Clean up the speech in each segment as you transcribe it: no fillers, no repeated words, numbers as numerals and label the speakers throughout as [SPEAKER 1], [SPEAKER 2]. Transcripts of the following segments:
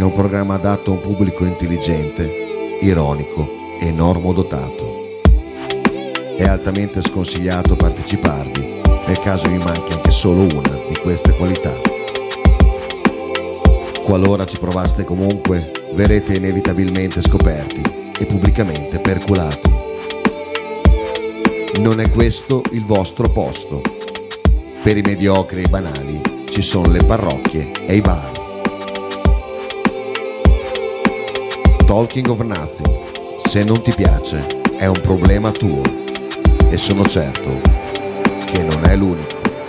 [SPEAKER 1] un programma adatto a un pubblico intelligente, ironico e normodotato. È altamente sconsigliato parteciparvi nel caso vi manchi anche solo una di queste qualità. Qualora ci provaste comunque, verrete inevitabilmente scoperti e pubblicamente perculati. Non è questo il vostro posto. Per i mediocri e i banali ci sono le parrocchie e i bar. Talking of Nothing, se non ti piace, è un problema tuo e sono certo che non è l'unico.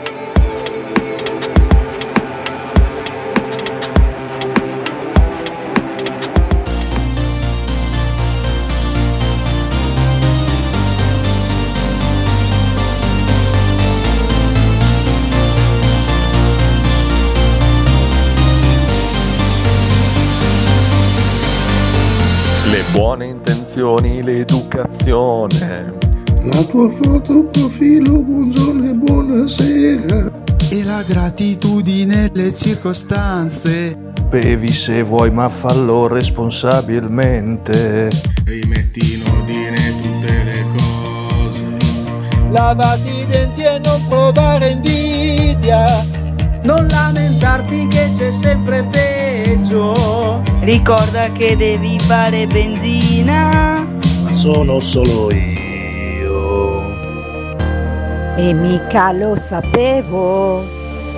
[SPEAKER 2] Buone intenzioni, l'educazione.
[SPEAKER 3] La tua foto profilo, buongiorno e buonasera.
[SPEAKER 4] E la gratitudine, le circostanze.
[SPEAKER 2] Bevi se vuoi ma fallo responsabilmente.
[SPEAKER 3] Rimetti in ordine tutte le cose.
[SPEAKER 5] Lavati i denti e non provare invidia.
[SPEAKER 6] Non lamentarti che c'è sempre peggio.
[SPEAKER 7] Ricorda che devi fare benzina.
[SPEAKER 8] Ma sono solo io.
[SPEAKER 9] E mica lo sapevo.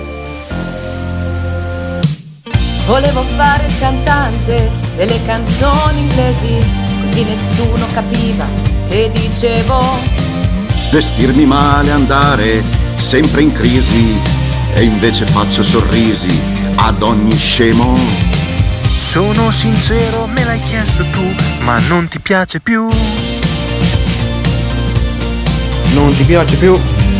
[SPEAKER 10] Volevo fare il cantante delle canzoni inglesi, così nessuno capiva che dicevo.
[SPEAKER 11] Vestirmi male, andare sempre in crisi, e invece faccio sorrisi ad ogni scemo.
[SPEAKER 12] Sono sincero, me l'hai chiesto tu, ma non ti piace più.
[SPEAKER 13] Non ti piace più.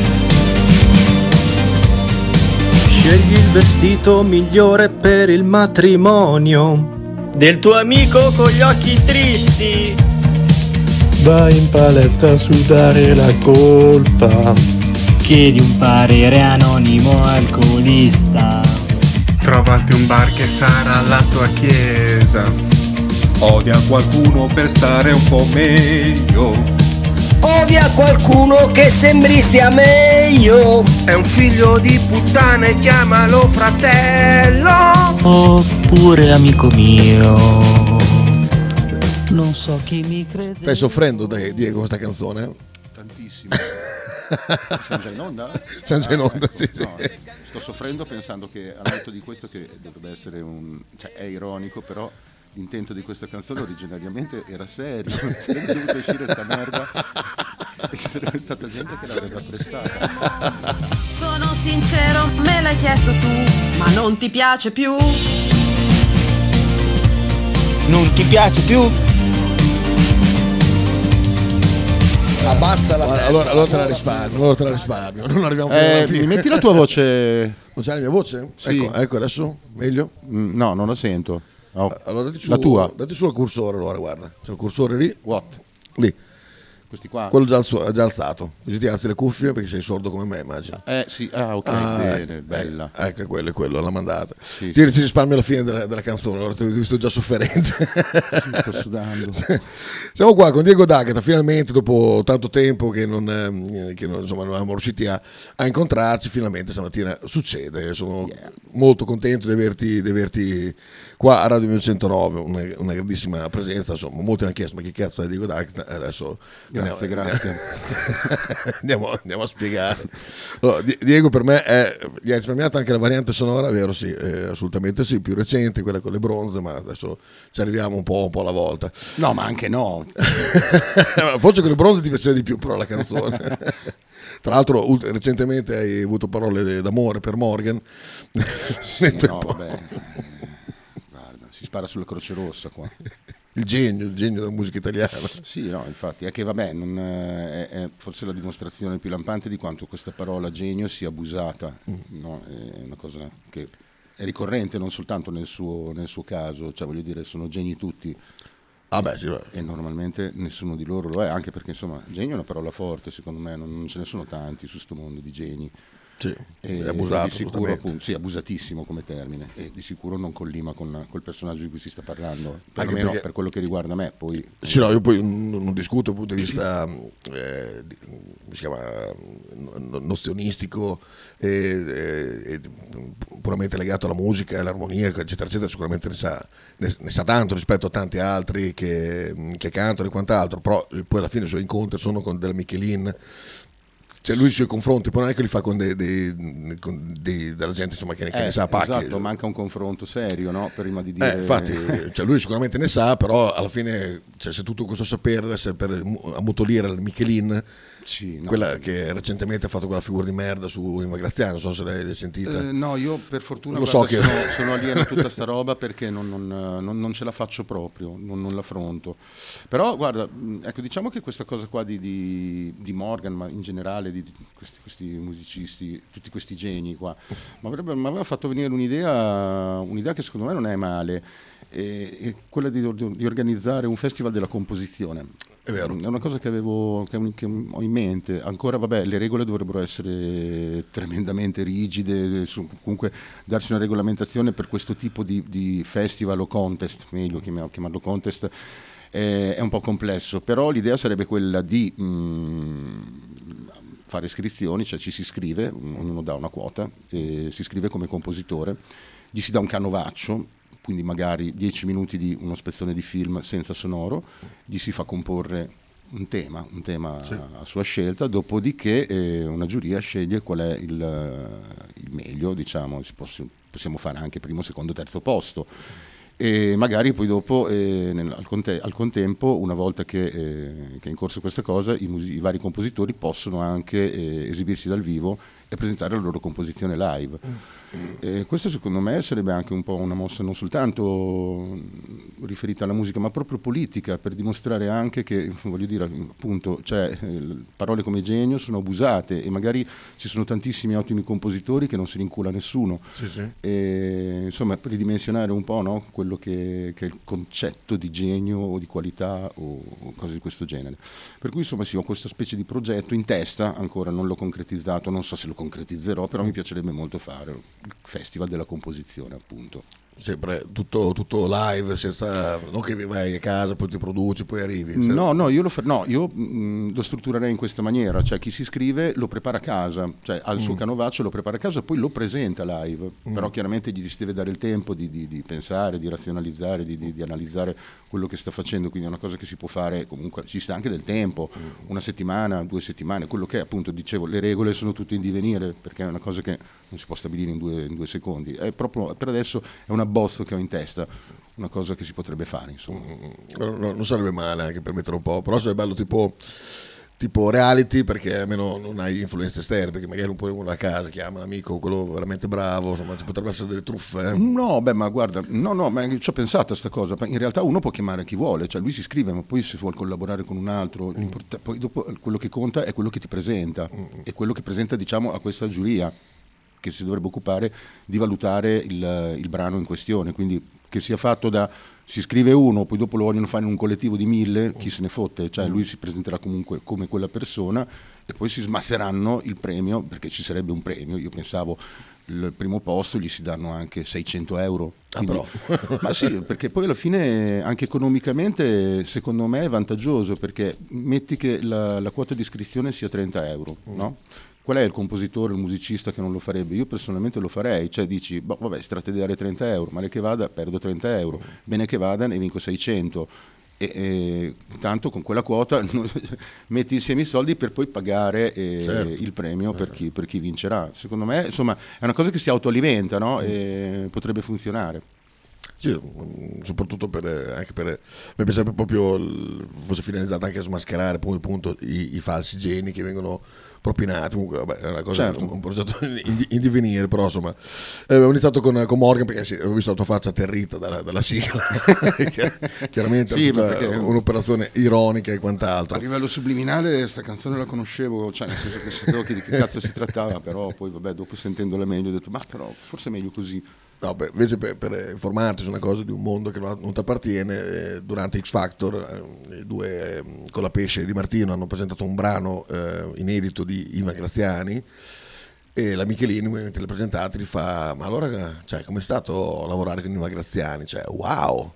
[SPEAKER 14] Scegli il vestito migliore per il matrimonio
[SPEAKER 15] del tuo amico con gli occhi tristi.
[SPEAKER 16] Vai in palestra a sudare la colpa.
[SPEAKER 17] Chiedi un parere anonimo alcolista.
[SPEAKER 12] Trovati un bar che sarà la tua chiesa.
[SPEAKER 18] Odia qualcuno per stare un po' meglio.
[SPEAKER 6] Odia qualcuno che sembri stia meglio.
[SPEAKER 12] È un figlio di puttana e chiamalo fratello.
[SPEAKER 17] Oppure amico mio. Non so chi mi crede.
[SPEAKER 1] Stai soffrendo, Diego, questa canzone?
[SPEAKER 19] Tantissimo. Siamo già in onda?
[SPEAKER 1] Siamo già in onda, sì,
[SPEAKER 19] no,
[SPEAKER 1] sì.
[SPEAKER 19] Sto soffrendo pensando che al netto di questo, che dovrebbe essere cioè è ironico, però l'intento di questa canzone originariamente era serio. Sarebbe dovuta uscire sta merda e ci sarebbe stata gente che l'avrebbe apprestata.
[SPEAKER 10] Sono sincero, me l'hai chiesto tu, ma non ti piace più.
[SPEAKER 13] Non ti piace più?
[SPEAKER 19] Abbassa la testa.
[SPEAKER 1] Allora te la risparmio. Non arriviamo fino alla fine.
[SPEAKER 19] Mi metti la tua voce?
[SPEAKER 1] Non c'è la mia voce?
[SPEAKER 19] Sì.
[SPEAKER 1] Ecco adesso meglio?
[SPEAKER 19] No, non la sento. Oh.
[SPEAKER 1] Allora dati su,
[SPEAKER 19] la tua.
[SPEAKER 1] Dati sul cursore, allora guarda. C'è il cursore lì.
[SPEAKER 19] What?
[SPEAKER 1] Lì.
[SPEAKER 19] Questi qua?
[SPEAKER 1] Quello già alzato. Così ti alzi le cuffie perché sei sordo come me, immagino.
[SPEAKER 19] Sì, ok, bene, bella.
[SPEAKER 1] Ecco, quello, l'ha mandata.
[SPEAKER 19] Sì,
[SPEAKER 1] ti risparmio alla fine della canzone, allora ti ho visto già sofferente.
[SPEAKER 19] Sì, sto sudando.
[SPEAKER 1] Siamo qua con Diego D'Agata, finalmente dopo tanto tempo che non insomma, non eravamo riusciti a incontrarci, finalmente stamattina succede. Sono molto contento di averti qua a Radio 109, una grandissima presenza, insomma, molti hanno chiesto ma chi cazzo è Diego D'Agata, adesso
[SPEAKER 19] grazie.
[SPEAKER 1] Andiamo a spiegare. Allora, Diego per me gli ha risparmiato anche la variante sonora, vero? Sì, assolutamente sì, più recente, quella con le bronze, ma adesso ci arriviamo un po' alla volta.
[SPEAKER 19] No, ma anche no.
[SPEAKER 1] Forse con le bronze ti piaceva di più però la canzone. Tra l'altro recentemente hai avuto parole d'amore per Morgan.
[SPEAKER 19] Sì, no, vabbè. Guarda, si spara sulla Croce Rossa qua.
[SPEAKER 1] Il genio della musica italiana.
[SPEAKER 19] Sì, no, infatti, è che vabbè, è forse la dimostrazione più lampante di quanto questa parola genio sia abusata, no? È una cosa che è ricorrente non soltanto nel suo caso, cioè voglio dire, sono geni tutti.
[SPEAKER 1] Ah beh, sì,
[SPEAKER 19] e normalmente nessuno di loro lo è, anche perché insomma genio è una parola forte, secondo me, non ce ne sono tanti su sto mondo di geni.
[SPEAKER 1] Sì,
[SPEAKER 19] è
[SPEAKER 1] abusato,
[SPEAKER 19] di sicuro, appunto, sì, abusatissimo come termine, e di sicuro non collima col personaggio di cui si sta parlando, perlomeno per quello che riguarda me. Poi
[SPEAKER 1] sì, no, io poi non discuto dal punto di vista si chiama nozionistico e puramente legato alla musica, all'armonia, eccetera eccetera. Sicuramente ne sa tanto rispetto a tanti altri che cantano e quant'altro, però poi alla fine i suoi incontri sono con della Michelin. Cioè lui i suoi confronti poi non è che li fa con della gente, insomma, che ne sa pacchi.
[SPEAKER 19] Esatto, manca un confronto serio, no? Prima di dire
[SPEAKER 1] infatti cioè lui sicuramente ne sa, però alla fine, cioè, se tutto questo sapere deve essere per ammutolire la Michelin,
[SPEAKER 19] sì, no,
[SPEAKER 1] quella che recentemente ha fatto quella figura di merda su Ima Graziano, non so se l'hai sentita.
[SPEAKER 19] No, io per fortuna sono alieno a tutta sta roba, perché non ce la faccio proprio, non l'affronto. Però guarda, ecco, diciamo che questa cosa qua di Morgan, ma in generale di questi musicisti, tutti questi geni qua, mi aveva fatto venire un'idea che secondo me non è male, è quella di organizzare un festival della composizione.
[SPEAKER 1] È vero.
[SPEAKER 19] È una cosa che ho in mente. Ancora, vabbè, le regole dovrebbero essere tremendamente rigide, comunque darsi una regolamentazione per questo tipo di festival o contest, meglio chiamarlo contest, è un po' complesso, però l'idea sarebbe quella di fare iscrizioni, cioè ci si iscrive, ognuno dà una quota, e si iscrive come compositore, gli si dà un canovaccio, quindi magari 10 minuti di uno spezzone di film senza sonoro, gli si fa comporre un tema sì, a sua scelta, dopodiché una giuria sceglie qual è il meglio, diciamo, possiamo fare anche primo, secondo, terzo posto, e magari poi dopo al contempo, una volta che è in corso questa cosa, i vari compositori possono anche esibirsi dal vivo e presentare la loro composizione live. Questo secondo me sarebbe anche un po' una mossa non soltanto riferita alla musica, ma proprio politica, per dimostrare anche che, voglio dire, appunto, cioè, parole come genio sono abusate, e magari ci sono tantissimi ottimi compositori che non si rincula nessuno.
[SPEAKER 1] Sì.
[SPEAKER 19] E, insomma, per ridimensionare un po', no, quello che è il concetto di genio o di qualità o cose di questo genere. Per cui insomma sì, ho questa specie di progetto in testa, ancora non l'ho concretizzato, non so se lo concretizzerò, però mi piacerebbe molto fare il festival della composizione, appunto.
[SPEAKER 1] Sempre tutto live, senza, non che vai a casa, poi ti produci, poi arrivi.
[SPEAKER 19] No, io lo strutturerei in questa maniera, cioè chi si iscrive lo prepara a casa, cioè al suo canovaccio lo prepara a casa, poi lo presenta live, però chiaramente gli si deve dare il tempo di pensare, di razionalizzare, di analizzare quello che sta facendo, quindi è una cosa che si può fare, comunque ci sta anche del tempo, una settimana, 2 settimane, quello che appunto dicevo, le regole sono tutte in divenire, perché è una cosa che non si può stabilire in due secondi, è proprio, per adesso è un abbozzo che ho in testa, una cosa che si potrebbe fare, insomma.
[SPEAKER 1] Non sarebbe male anche per mettere un po', però sarebbe bello tipo reality, perché almeno non hai influenze esterne, perché magari un po' uno a casa chiama l'amico, quello veramente bravo, insomma ci potrebbero essere delle truffe.
[SPEAKER 19] No, beh, ma guarda, ma ci ho pensato a sta cosa, in realtà uno può chiamare chi vuole, cioè lui si iscrive, ma poi se vuole collaborare con un altro, poi dopo quello che conta è quello che ti presenta, e quello che presenta, diciamo, a questa giuria, che si dovrebbe occupare di valutare il brano in questione, quindi che sia fatto si iscrive uno, poi dopo lo vogliono fare in un collettivo di 1000, chi se ne fotte, cioè lui si presenterà comunque come quella persona, e poi si smazzeranno il premio, perché ci sarebbe un premio. Io pensavo il primo posto gli si danno anche 600 euro. Quindi, ma sì, perché poi alla fine anche economicamente secondo me è vantaggioso, perché metti che la quota di iscrizione sia 30 euro, no? Qual è il compositore, il musicista che non lo farebbe? Io personalmente lo farei, cioè dici, vabbè, si tratta di dare 30 euro, male che vada perdo 30 euro, bene che vada ne vinco 600, e tanto con quella quota metti insieme i soldi per poi pagare il premio per chi vincerà. Secondo me, insomma, è una cosa che si autoalimenta, no? E potrebbe funzionare.
[SPEAKER 1] Sì, soprattutto anche per mi piacerebbe proprio fosse finalizzata anche a smascherare poi appunto i falsi geni che vengono propinati. Comunque vabbè, è una cosa, certo, un progetto in divenire, però insomma ho iniziato con Morgan perché sì, ho visto la tua faccia atterrita dalla sigla chiaramente sì, tutta un'operazione ironica e quant'altro.
[SPEAKER 19] A livello subliminale sta canzone la conoscevo, cioè nel senso che sapevo di che cazzo si trattava, però poi vabbè, dopo sentendola meglio ho detto ma però forse è meglio così.
[SPEAKER 1] No, invece per informarti su una cosa di un mondo che non ti appartiene, durante X Factor i due Colapesce e Di Martino hanno presentato un brano inedito di Ima Graziani, E la Michelini, mentre le presentate, gli fa: ma allora, cioè, com'è stato lavorare con Ivan Graziani? Cioè, wow!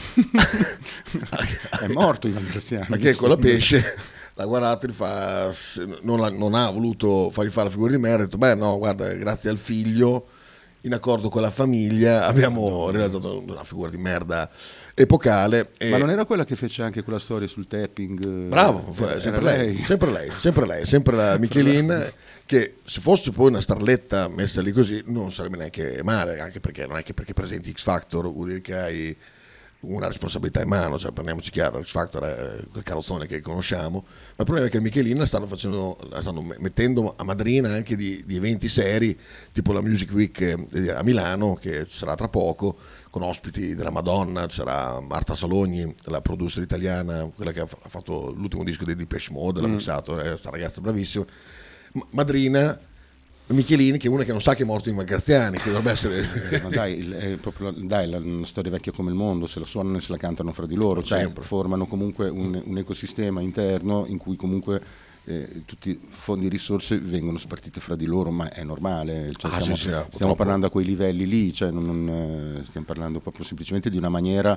[SPEAKER 19] È morto Ivan Graziani.
[SPEAKER 1] Ma che con la pesce la guardata, gli fa: non ha voluto fargli fare la figura di merda. Ha detto: beh, no, guarda, grazie al figlio, in accordo con la famiglia, abbiamo realizzato una figura di merda epocale.
[SPEAKER 19] Ma non era quella che fece anche quella storia sul tapping?
[SPEAKER 1] Bravo, sempre la Michelin, che se fosse poi una starletta messa lì così non sarebbe neanche male, anche perché non è che perché presenti X Factor vuol dire che hai una responsabilità in mano, cioè parliamoci chiaro, X Factor è quel carrozzone che conosciamo, ma il problema è che il Michelin la stanno mettendo a madrina anche di eventi seri, tipo la Music Week a Milano, che sarà tra poco, con ospiti della Madonna. C'era Marta Salogni, la producer italiana, quella che ha fatto l'ultimo disco di Depeche Mode, l'ha mixato, è sta ragazza bravissima, madrina Michelini, che è una che non sa che è morto Ivan Graziani, che dovrebbe essere
[SPEAKER 19] ma dai, è proprio una storia vecchia come il mondo, se la suonano e se la cantano fra di loro, cioè formano comunque un ecosistema interno in cui comunque tutti i fondi e risorse vengono spartite fra di loro, ma è normale, cioè stiamo parlando a quei livelli lì, cioè non stiamo parlando proprio semplicemente di una maniera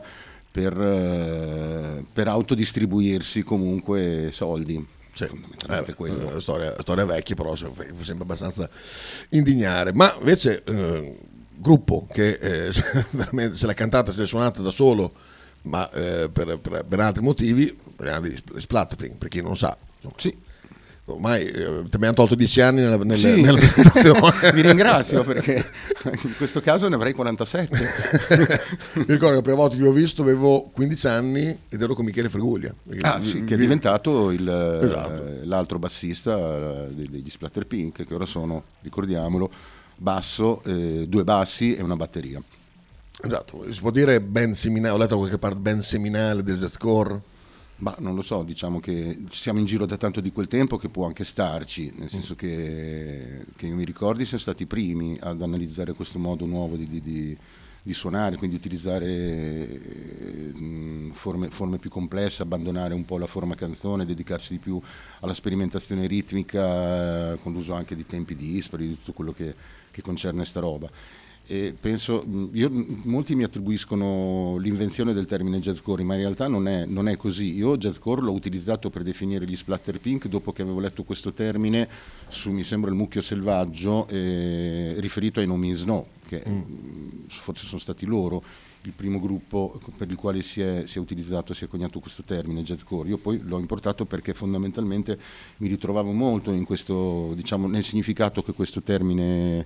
[SPEAKER 19] per autodistribuirsi comunque soldi.
[SPEAKER 1] Sì, storia vecchia, però sembra abbastanza indignare. Ma invece gruppo che veramente se l'ha cantata, se l'è suonata da solo, ma per altri motivi, Splatterpink, per chi non sa, sì. Ormai ti abbiamo tolto 10 anni nella presentazione.
[SPEAKER 19] Vi ringrazio, perché in questo caso ne avrei 47.
[SPEAKER 1] Mi ricordo che la prima volta che l'ho visto avevo 15 anni ed ero con Michele Freguglia,
[SPEAKER 19] che è diventato l'altro bassista degli Splatterpink, che ora sono, ricordiamolo, basso, 2 bassi e una batteria.
[SPEAKER 1] Esatto, si può dire band seminale, ho letto da qualche parte band seminale del Deathcore.
[SPEAKER 19] Ma non lo so, diciamo che siamo in giro da tanto di quel tempo che può anche starci, nel senso che io mi ricordi siamo stati i primi ad analizzare questo modo nuovo di suonare, quindi utilizzare forme più complesse, abbandonare un po' la forma canzone, dedicarsi di più alla sperimentazione ritmica, con l'uso anche di tempi dispari, di tutto quello che concerne sta roba. E penso, molti mi attribuiscono l'invenzione del termine jazzcore, ma in realtà non è così. Io jazzcore l'ho utilizzato per definire gli Splatterpink dopo che avevo letto questo termine su, mi sembra, il Mucchio Selvaggio, riferito ai No Means No, che forse sono stati loro il primo gruppo per il quale si è utilizzato, si è coniato questo termine jazzcore. Io poi l'ho importato perché fondamentalmente mi ritrovavo molto in questo, diciamo, nel significato che questo termine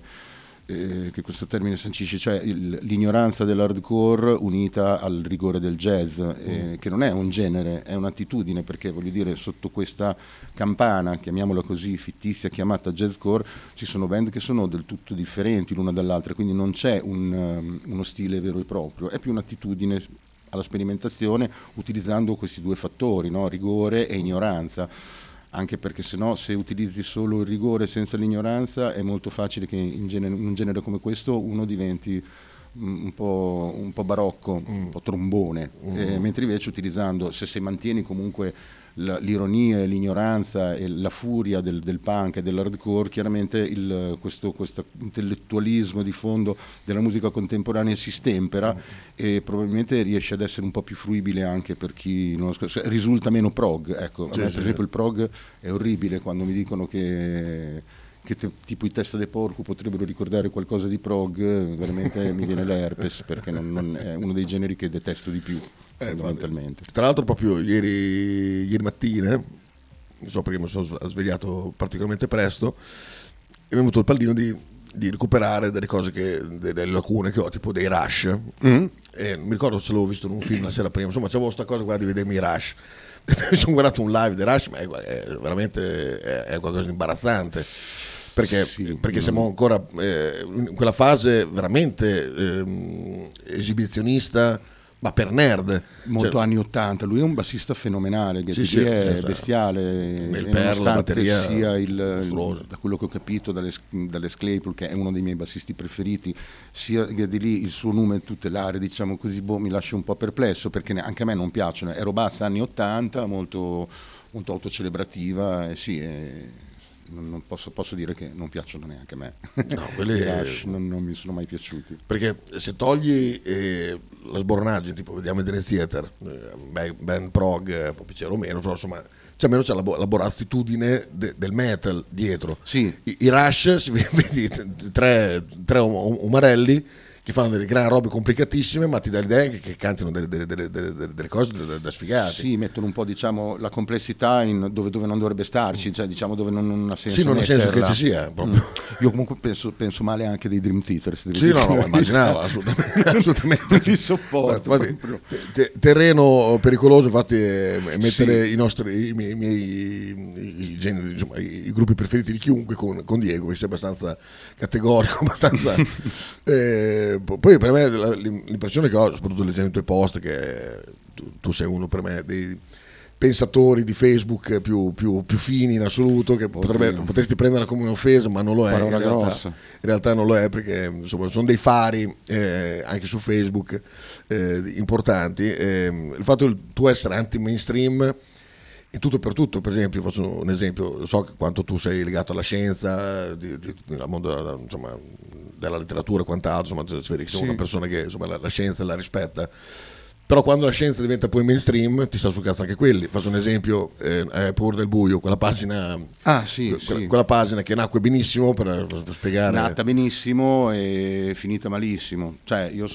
[SPEAKER 19] sancisce, cioè l'ignoranza dell'hardcore unita al rigore del jazz, che non è un genere, è un'attitudine, perché voglio dire, sotto questa campana, chiamiamola così, fittizia, chiamata jazzcore, ci sono band che sono del tutto differenti l'una dall'altra, quindi non c'è uno stile vero e proprio, è più un'attitudine alla sperimentazione utilizzando questi 2 fattori, no? Rigore e ignoranza. Anche perché se utilizzi solo il rigore senza l'ignoranza è molto facile che in un genere come questo uno diventi un po' barocco, un po' trombone, mentre invece utilizzando, se mantieni comunque l'ironia e l'ignoranza e la furia del punk e dell'hardcore, chiaramente questo intellettualismo di fondo della musica contemporanea si stempera e probabilmente riesce ad essere un po' più fruibile anche per chi non risulta meno prog. Ecco, per esempio il prog è orribile quando mi dicono che tipo i Testa de Porco potrebbero ricordare qualcosa di prog, veramente mi viene l'herpes, perché non è uno dei generi che detesto di più, fondamentalmente.
[SPEAKER 1] Tra l'altro proprio ieri mattina, non so perché mi sono svegliato particolarmente presto, è venuto il pallino di recuperare delle cose, delle lacune che ho, tipo dei Rush, e non mi ricordo se l'avevo visto in un film la sera prima, insomma c'avevo sta cosa di vedermi i Rush. Mi sono guardato un live dei Rush, ma è veramente è qualcosa di imbarazzante, perché siamo ancora in quella fase veramente esibizionista, ma per nerd,
[SPEAKER 19] molto anni 80. Lui è un bassista fenomenale, che è bestiale,
[SPEAKER 1] il per la batteria
[SPEAKER 19] sia da quello che ho capito dalle Claypool, che è uno dei miei bassisti preferiti, sia di lì il suo nome tutelare, diciamo così, mi lascia un po' perplesso, perché anche a me non piacciono. Ero bassa anni 80, molto, molto autocelebrativa, non posso dire che non piacciono neanche a me.
[SPEAKER 1] No, quelli
[SPEAKER 19] Rush non mi sono mai piaciuti.
[SPEAKER 1] Perché se togli la sbornaggine, tipo vediamo i Dream Theater, band prog, può piacere o meno, però insomma almeno c'è la borastitudine del metal dietro.
[SPEAKER 19] Sì.
[SPEAKER 1] I Rush, si vedi tre umarelli che fanno delle gran robe complicatissime, ma ti dà l'idea che cantino delle cose da sfigati.
[SPEAKER 19] Sì, mettono un po', diciamo, la complessità in dove non dovrebbe starci, cioè diciamo dove non ha senso.
[SPEAKER 1] Sì, non ha senso che ci sia.
[SPEAKER 19] Io comunque penso male anche dei Dream Theater.
[SPEAKER 1] Sì, no, immaginavo, assolutamente.
[SPEAKER 19] Li sopporto.
[SPEAKER 1] Terreno pericoloso, infatti, mettere i gruppi preferiti di chiunque con Diego, che sia abbastanza categorico, abbastanza... Poi per me l'impressione che ho, soprattutto leggendo i tuoi post, che tu sei uno per me dei pensatori di Facebook più fini in assoluto, che potresti prenderla come un'offesa, ma non lo è. In realtà non lo è, perché insomma sono dei fari anche su Facebook importanti. Il fatto di tu essere anti-mainstream in tutto per tutto, per esempio, faccio un esempio, so che quanto tu sei legato alla scienza, al mondo, insomma, della letteratura e quant'altro, insomma, si vede che sei una persona che, insomma, la scienza la rispetta, però quando la scienza diventa poi mainstream ti sta sul cazzo anche quelli. Faccio un esempio, Paura del buio, quella pagina quella pagina che nacque benissimo per spiegare,
[SPEAKER 19] nata benissimo e finita malissimo, cioè io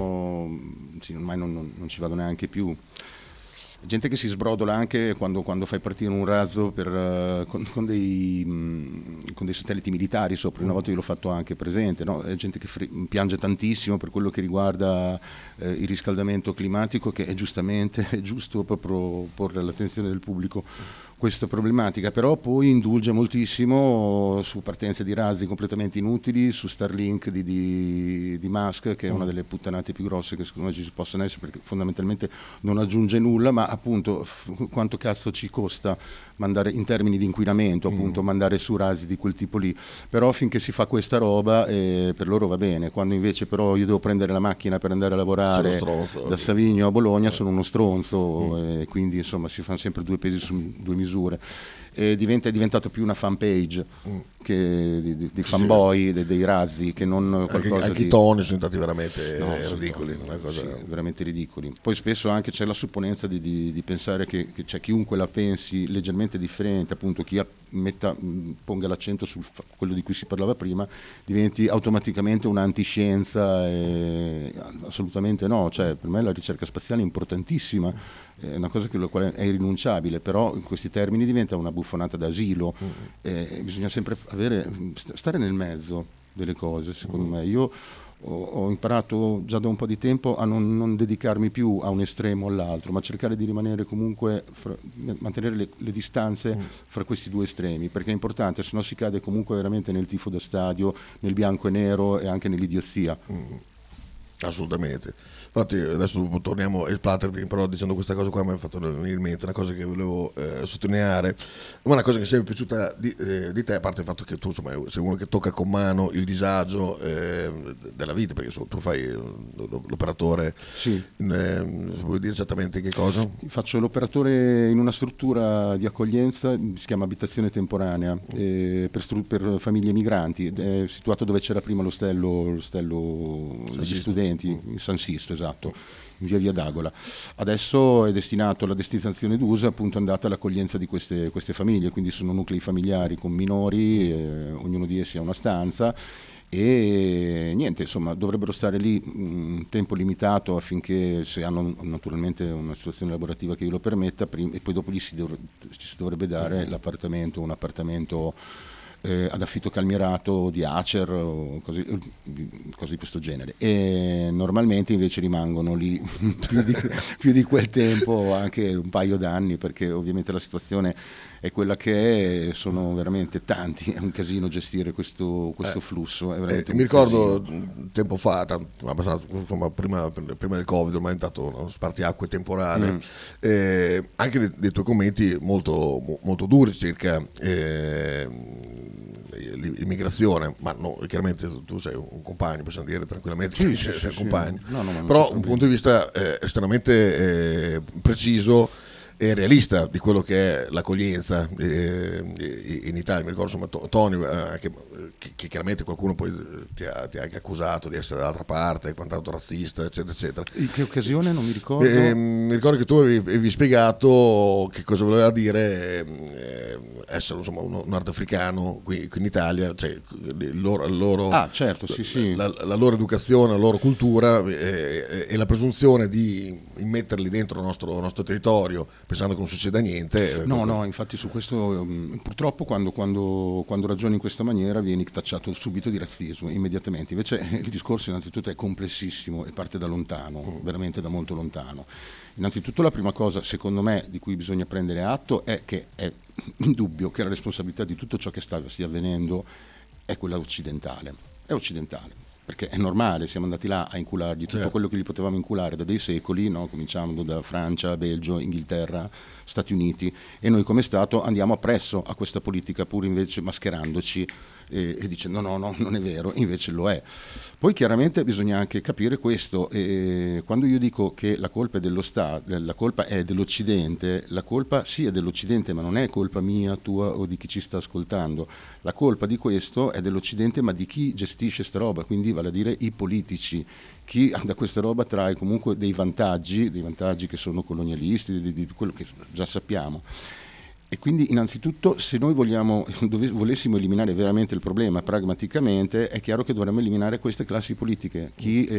[SPEAKER 19] ormai non ci vado neanche più. Gente che si sbrodola anche quando fai partire un razzo con dei satelliti militari sopra. Una volta io l'ho fatto anche presente, no? È gente che piange tantissimo per quello che riguarda il riscaldamento climatico, che è giusto proprio porre all'attenzione del pubblico questa problematica, però poi indulge moltissimo su partenze di razzi completamente inutili, su Starlink di Musk, che è una delle puttanate più grosse che secondo me ci possono essere, perché fondamentalmente non aggiunge nulla, ma appunto quanto cazzo ci costa mandare, in termini di inquinamento, appunto, mandare su razzi di quel tipo lì. Però finché si fa questa roba per loro va bene, quando invece però io devo prendere la macchina per andare a lavorare da Savigno a Bologna sono uno stronzo, e quindi insomma si fanno sempre due pesi su due misure. È diventato più una fan page che di fanboy dei razzi, che non qualcosa
[SPEAKER 1] anche i toni sono stati veramente ridicoli, una cosa...
[SPEAKER 19] veramente ridicoli. Poi spesso anche c'è la supponenza di pensare che c'è chiunque la pensi leggermente differente, appunto chi ponga l'accento su quello di cui si parlava prima, diventi automaticamente un'antiscienza. Assolutamente no, cioè per me la ricerca spaziale è importantissima, è una cosa la quale è irrinunciabile, però in questi termini diventa una buffonata d'asilo. Bisogna sempre stare nel mezzo delle cose, secondo me. Io ho imparato già da un po' di tempo a non dedicarmi più a un estremo o all'altro, ma cercare di rimanere comunque, mantenere le distanze fra questi due estremi, perché è importante, se no si cade comunque veramente nel tifo da stadio, nel bianco e nero e anche nell'idiozia.
[SPEAKER 1] Assolutamente. Infatti adesso torniamo a Splatterpink, però dicendo questa cosa qua mi ha fatto venire in mente una cosa che volevo sottolineare, ma una cosa che mi è sempre piaciuta di te, a parte il fatto che tu, insomma, sei uno che tocca con mano il disagio della vita, perché tu fai l'operatore.
[SPEAKER 19] Sì.
[SPEAKER 1] Vuoi dire esattamente che cosa?
[SPEAKER 19] Faccio l'operatore in una struttura di accoglienza, si chiama abitazione temporanea, per famiglie migranti, è situato dove c'era prima l'ostello degli studenti, in San Sisto, esatto, in via d'Agola. Adesso è destinato alla destinazione d'uso, appunto, andata all'accoglienza di queste famiglie, quindi sono nuclei familiari con minori, ognuno di essi ha una stanza, e niente, insomma, dovrebbero stare lì un tempo limitato, affinché, se hanno naturalmente una situazione lavorativa che glielo permetta, e poi dopo ci si dovrebbe dare un appartamento ad affitto calmierato di Acer o cose di questo genere, e normalmente invece rimangono lì più di quel tempo, anche un paio d'anni, perché ovviamente la situazione è quella che è, sono veramente tanti, è un casino gestire questo flusso. È veramente
[SPEAKER 1] mi ricordo tempo fa, abbastanza, insomma, prima del Covid, ormai è diventato uno spartiacque temporale, anche dei tuoi commenti molto, molto duri circa l'immigrazione, ma no, chiaramente tu sei un compagno, possiamo dire tranquillamente che sei un compagno, però un punto di vista estremamente preciso e realista di quello che è l'accoglienza in Italia. Mi ricordo, insomma, Tony, che chiaramente qualcuno poi ti ha anche accusato di essere dall'altra parte, quant'altro razzista, eccetera eccetera.
[SPEAKER 19] In che occasione? Non mi ricordo.
[SPEAKER 1] Mi ricordo che tu avevi spiegato che cosa voleva dire essere, insomma, un nordafricano qui in Italia, cioè
[SPEAKER 19] certo, sì.
[SPEAKER 1] La loro educazione, la loro cultura e la presunzione di immetterli dentro il nostro territorio pensando che non succeda niente.
[SPEAKER 19] No, infatti su questo purtroppo quando ragioni in questa maniera vieni tacciato subito di razzismo immediatamente. Invece il discorso innanzitutto è complessissimo e parte da lontano, veramente da molto lontano. Innanzitutto la prima cosa, secondo me, di cui bisogna prendere atto è che è indubbio che la responsabilità di tutto ciò che stia avvenendo è quella occidentale. È occidentale. Perché è normale, siamo andati là a inculargli tutto quello che gli potevamo inculare da dei secoli, no? Cominciando da Francia, Belgio, Inghilterra, Stati Uniti, e noi come Stato andiamo appresso a questa politica pur invece mascherandoci e dicendo no, non è vero, invece lo è. Poi chiaramente bisogna anche capire questo, quando io dico che la colpa è dello Stato, la colpa è dell'Occidente, la colpa sì è dell'Occidente, ma non è colpa mia, tua o di chi ci sta ascoltando. La colpa di questo è dell'Occidente, ma di chi gestisce sta roba, quindi vale a dire i politici. Chi da questa roba trae comunque dei vantaggi che sono colonialisti, di quello che già sappiamo. E quindi innanzitutto se noi volessimo eliminare veramente il problema pragmaticamente, è chiaro che dovremmo eliminare queste classi politiche,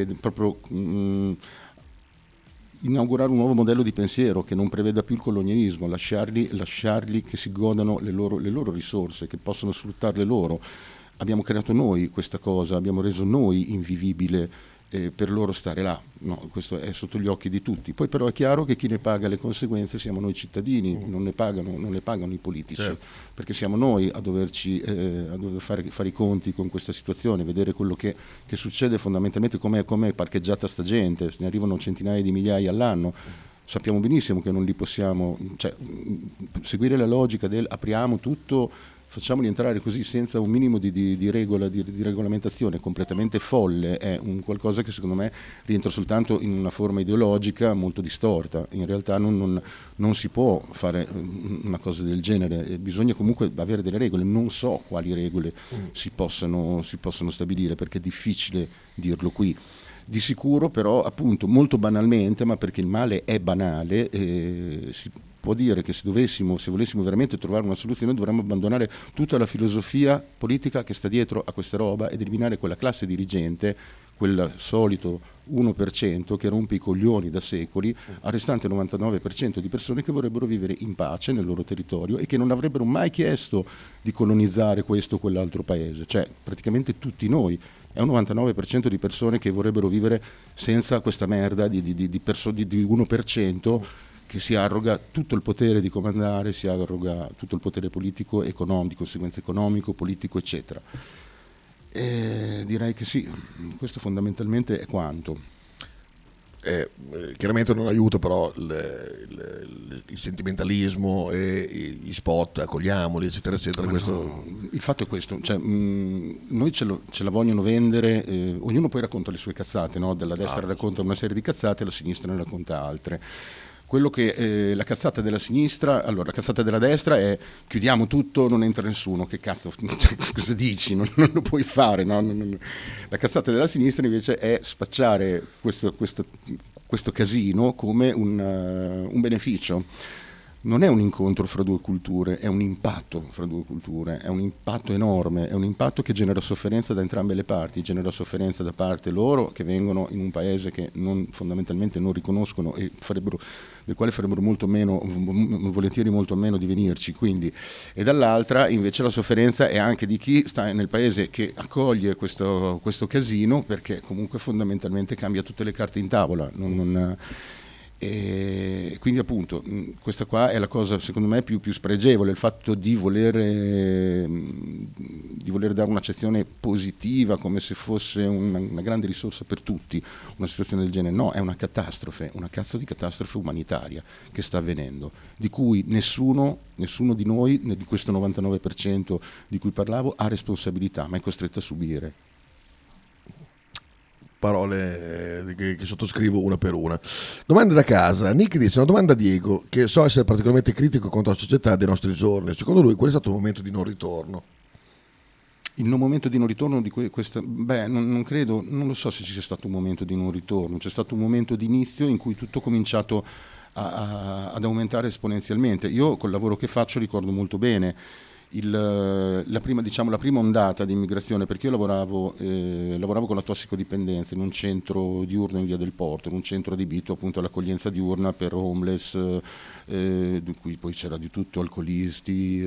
[SPEAKER 19] inaugurare un nuovo modello di pensiero che non preveda più il colonialismo, lasciarli che si godano le loro risorse, che possono sfruttarle loro. Abbiamo creato noi questa cosa, abbiamo reso noi invivibile per loro stare là, no, questo è sotto gli occhi di tutti. Poi però è chiaro che chi ne paga le conseguenze siamo noi cittadini, non le pagano i politici, certo. Perché siamo noi a dover fare i conti con questa situazione, vedere quello che succede fondamentalmente, come è parcheggiata sta gente, ne arrivano centinaia di migliaia all'anno. Sappiamo benissimo che non li possiamo, seguire la logica del apriamo tutto, facciamoli entrare così senza un minimo di regola, di regolamentazione, completamente folle, è un qualcosa che secondo me rientra soltanto in una forma ideologica molto distorta. In realtà non si può fare una cosa del genere, bisogna comunque avere delle regole. Non so quali regole si possano stabilire, perché è difficile dirlo qui. Di sicuro però, appunto, molto banalmente, ma perché il male è banale, si può dire che se volessimo veramente trovare una soluzione, dovremmo abbandonare tutta la filosofia politica che sta dietro a questa roba ed eliminare quella classe dirigente, quel solito 1% che rompe i coglioni da secoli al restante 99% di persone che vorrebbero vivere in pace nel loro territorio e che non avrebbero mai chiesto di colonizzare questo o quell'altro paese. Cioè praticamente tutti noi. È un 99% di persone che vorrebbero vivere senza questa merda di 1% che si arroga tutto il potere di comandare, si arroga tutto il potere politico, economico, di conseguenza economico, politico, eccetera. E direi che sì, questo fondamentalmente è quanto.
[SPEAKER 1] Chiaramente non aiuta però il sentimentalismo e gli spot, accogliamoli, eccetera eccetera.
[SPEAKER 19] No, il fatto è questo, cioè, noi ce la vogliono vendere, ognuno poi racconta le sue cazzate, no? Della destra racconta una serie di cazzate, la sinistra ne racconta altre. Quello che la cazzata della sinistra, allora la cazzata della destra è chiudiamo tutto, non entra nessuno, che cazzo, cosa dici? Non lo puoi fare, no? La cazzata della sinistra invece è spacciare questo casino come un beneficio. Non è un incontro fra due culture, è un impatto fra due culture, è un impatto enorme, è un impatto che genera sofferenza da entrambe le parti, genera sofferenza da parte loro che vengono in un paese che fondamentalmente non riconoscono e del quale farebbero volentieri molto meno di venirci, quindi, e dall'altra invece la sofferenza è anche di chi sta nel paese che accoglie questo casino, perché comunque fondamentalmente cambia tutte le carte in tavola. E quindi appunto questa qua è la cosa secondo me più spregevole, il fatto di voler dare un'accezione positiva come se fosse una grande risorsa per tutti, una situazione del genere. No, è una catastrofe, una cazzo di catastrofe umanitaria che sta avvenendo, di cui nessuno di noi, di questo 99% di cui parlavo, ha responsabilità, ma è costretto a subire.
[SPEAKER 1] parole che sottoscrivo una per una. Domande da casa. Nick dice: una domanda a Diego, che so essere particolarmente critico contro la società dei nostri giorni. Secondo lui qual è stato il momento di non ritorno?
[SPEAKER 19] Il momento di non ritorno di questa, non credo, non lo so se ci sia stato un momento di non ritorno, c'è stato un momento di inizio in cui tutto è cominciato ad aumentare esponenzialmente. Io col lavoro che faccio ricordo molto bene la prima ondata di immigrazione, perché io lavoravo con la tossicodipendenza in un centro diurno in Via del Porto, in un centro adibito appunto all'accoglienza diurna per homeless, di cui poi c'era di tutto, alcolisti,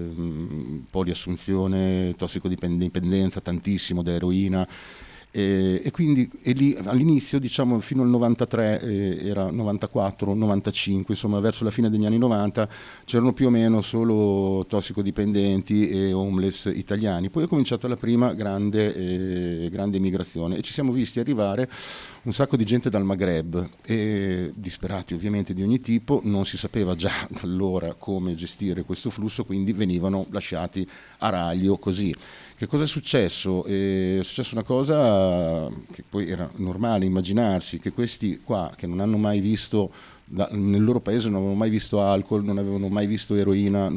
[SPEAKER 19] poliassunzione, tossicodipendenza, tantissimo da eroina. E quindi lì all'inizio, diciamo fino al 93, era 94, 95, insomma verso la fine degli anni 90 c'erano più o meno solo tossicodipendenti e homeless italiani. Poi è cominciata la prima grande emigrazione e ci siamo visti arrivare un sacco di gente dal Maghreb, e disperati ovviamente di ogni tipo. Non si sapeva già da allora come gestire questo flusso, quindi venivano lasciati a raglio così. Che cosa è successo? È successa una cosa che poi era normale immaginarsi, che questi qua che non hanno mai visto, nel loro paese non avevano mai visto alcol, non avevano mai visto eroina,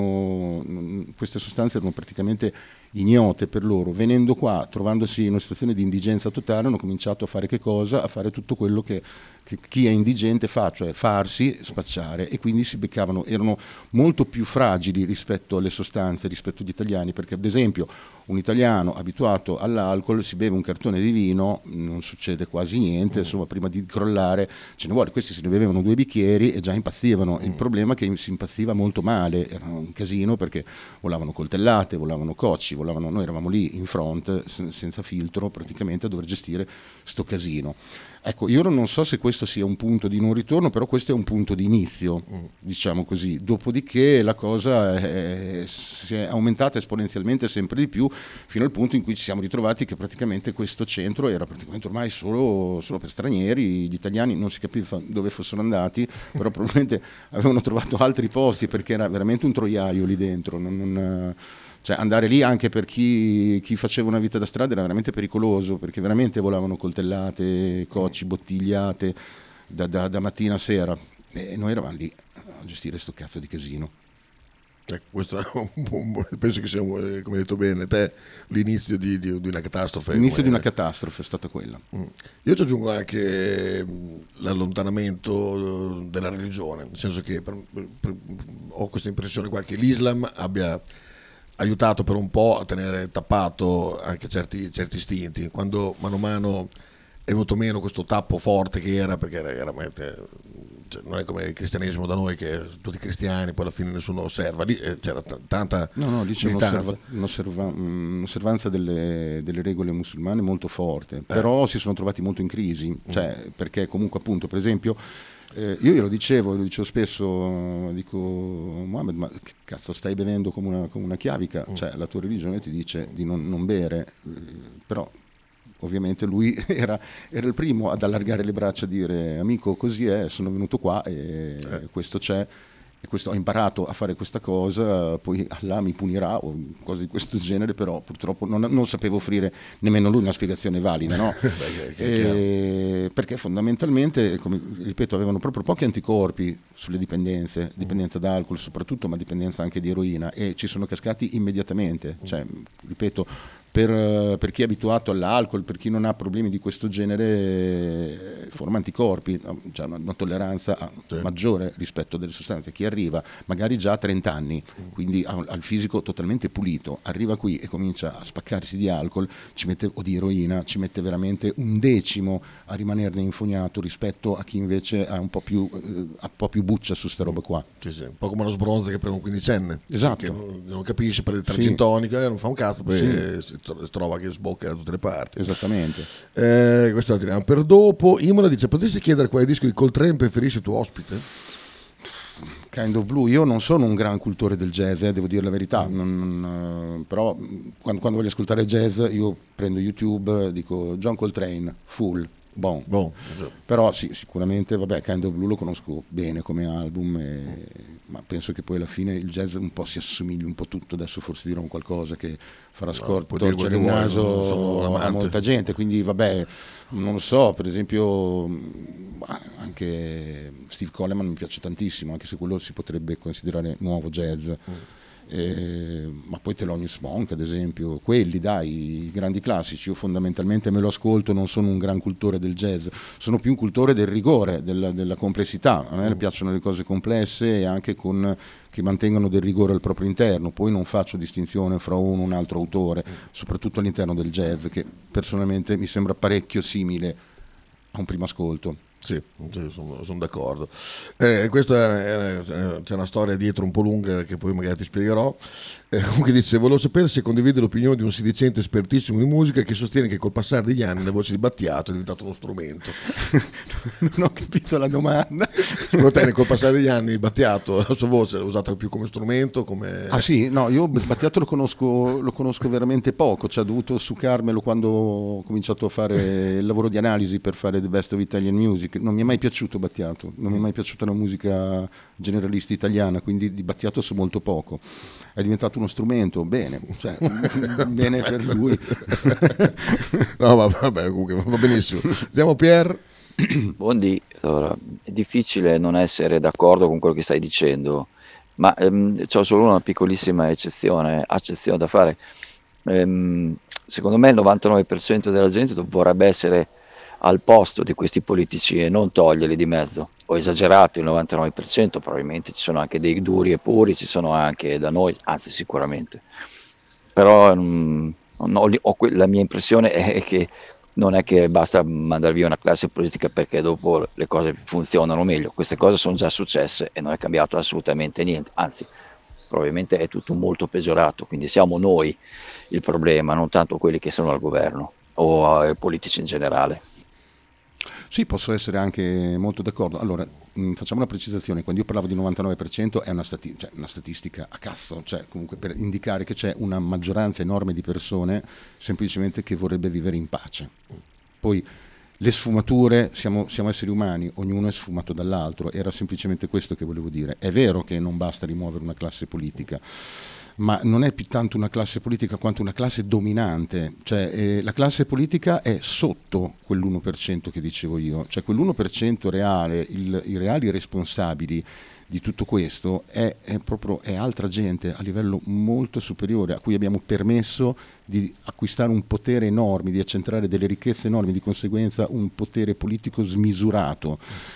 [SPEAKER 19] queste sostanze erano praticamente ignote per loro. Venendo qua, trovandosi in una situazione di indigenza totale, hanno cominciato a fare che cosa? A fare tutto quello che chi è indigente fa, cioè farsi spacciare, e quindi si beccavano, erano molto più fragili rispetto alle sostanze, rispetto agli italiani, perché ad esempio un italiano abituato all'alcol si beve un cartone di vino, non succede quasi niente, insomma prima di crollare ce ne vuole. Questi se ne bevevano 2 bicchieri e già impazzivano. Il problema è che si impazziva molto male, era un casino perché volavano coltellate, volavano cocci, noi eravamo lì in front senza filtro praticamente a dover gestire sto casino. Ecco, io non so se questo sia un punto di non ritorno, però questo è un punto di inizio, diciamo così. Dopodiché la cosa si è aumentata esponenzialmente sempre di più, fino al punto in cui ci siamo ritrovati che praticamente questo centro era praticamente ormai solo per stranieri. Gli italiani non si capiva dove fossero andati, però probabilmente avevano trovato altri posti, perché era veramente un troiaio lì dentro. Cioè andare lì anche per chi faceva una vita da strada era veramente pericoloso, perché veramente volavano coltellate, cocci, bottigliate da mattina a sera, e noi eravamo lì a gestire sto cazzo di casino.
[SPEAKER 1] Questo penso che sia, come hai detto bene te, l'inizio di una catastrofe.
[SPEAKER 19] L'inizio di una catastrofe è stata quella.
[SPEAKER 1] Io ci aggiungo anche l'allontanamento della religione, nel senso che ho questa impressione qua che l'Islam abbia aiutato per un po' a tenere tappato anche certi istinti, quando mano a mano è venuto meno questo tappo forte che era, perché era veramente, cioè, non è come il cristianesimo da noi che tutti cristiani, poi alla fine nessuno osserva. Lì c'era tanta
[SPEAKER 19] lì c'è un'osservanza delle regole musulmane molto forte, però si sono trovati molto in crisi, cioè perché comunque appunto, per esempio, io glielo dicevo spesso, dico: Mohammed, ma che cazzo stai bevendo come una chiavica? Cioè la tua religione ti dice di non bere, però ovviamente lui era il primo ad allargare le braccia, a dire: amico, così è, sono venuto qua e questo c'è, e questo, ho imparato a fare questa cosa, poi Allah mi punirà o cose di questo genere, però purtroppo non sapevo offrire nemmeno lui una spiegazione valida, no? Perché fondamentalmente, come ripeto, avevano proprio pochi anticorpi sulle dipendenze, dipendenza d'alcol soprattutto, ma dipendenza anche di eroina, e ci sono cascati immediatamente, cioè ripeto, per chi è abituato all'alcol, per chi non ha problemi di questo genere, forma anticorpi, già una tolleranza maggiore rispetto delle sostanze. Chi arriva magari già a 30 anni, quindi al fisico totalmente pulito, arriva qui e comincia a spaccarsi di alcol, o di eroina, ci mette veramente un decimo a rimanerne infognato rispetto a chi invece ha un po' più buccia su sta roba qua.
[SPEAKER 1] Sì, un po' come lo sbronzo che prende un quindicenne,
[SPEAKER 19] esatto,
[SPEAKER 1] che non capisce, prende il gin tonico, non fa un cazzo, poi si trova che sbocca da tutte le parti.
[SPEAKER 19] Esattamente.
[SPEAKER 1] Questo lo tiriamo per dopo. Imola dice: potresti chiedere quale disco di Coltrane preferisce il tuo ospite?
[SPEAKER 19] Kind of Blue. Io non sono un gran cultore del jazz, devo dire la verità, però quando voglio ascoltare jazz io prendo YouTube, dico John Coltrane, full, Però sì, sicuramente Kind of Blue lo conosco bene come album, ma penso che poi alla fine il jazz un po' si assomigli un po' tutto. Adesso forse dirò un qualcosa che farà torcere il naso a molta gente, quindi non lo so, per esempio anche Steve Coleman mi piace tantissimo, anche se quello si potrebbe considerare nuovo jazz. Ma poi Thelonious Monk ad esempio, quelli i grandi classici. Io fondamentalmente me lo ascolto, non sono un gran cultore del jazz, sono più un cultore del rigore, della complessità. A me piacciono le cose complesse e anche che mantengono del rigore al proprio interno. Poi non faccio distinzione fra uno e un altro autore, soprattutto all'interno del jazz, che personalmente mi sembra parecchio simile a un primo ascolto.
[SPEAKER 1] Sì, sono d'accordo. Questa c'è una storia dietro un po' lunga che poi magari ti spiegherò. Comunque dice: volevo sapere se condivide l'opinione di un sedicente espertissimo di musica che sostiene che col passare degli anni la voce di Battiato è diventata uno strumento.
[SPEAKER 19] Non ho capito la domanda.
[SPEAKER 1] Secondo te col passare degli anni Battiato la sua voce l'ha usata più come strumento?
[SPEAKER 19] Sì, no, io Battiato lo conosco veramente poco, ho dovuto succarmelo quando ho cominciato a fare il lavoro di analisi per fare The Best of Italian Music. Non mi è mai piaciuto Battiato, non mi è mai piaciuta la musica generalista italiana, quindi di Battiato so molto poco. È diventato uno strumento, bene per lui.
[SPEAKER 1] No, vabbè, comunque va benissimo. Andiamo Pier.
[SPEAKER 20] Buondì, allora, è difficile non essere d'accordo con quello che stai dicendo, ma c'ho solo una piccolissima eccezione da fare. Secondo me il 99% della gente vorrebbe essere al posto di questi politici e non toglierli di mezzo. Ho esagerato il 99%, probabilmente ci sono anche dei duri e puri, ci sono anche da noi, anzi sicuramente. Però la mia impressione è che non è che basta mandare via una classe politica perché dopo le cose funzionano meglio. Queste cose sono già successe e non è cambiato assolutamente niente, anzi probabilmente è tutto molto peggiorato, quindi siamo noi il problema, non tanto quelli che sono al governo o i politici in generale.
[SPEAKER 19] Sì, posso essere anche molto d'accordo. Allora, facciamo una precisazione: quando io parlavo di 99% è una statistica a cazzo, cioè comunque per indicare che c'è una maggioranza enorme di persone semplicemente che vorrebbe vivere in pace. Poi le sfumature, siamo esseri umani, ognuno è sfumato dall'altro, era semplicemente questo che volevo dire. È vero che non basta rimuovere una classe politica, ma non è più tanto una classe politica quanto una classe dominante, cioè la classe politica è sotto quell'1% che dicevo io, cioè quell'1% reale, i reali responsabili di tutto questo è altra gente a livello molto superiore, a cui abbiamo permesso di acquistare un potere enorme, di accentrare delle ricchezze enormi, di conseguenza un potere politico smisurato.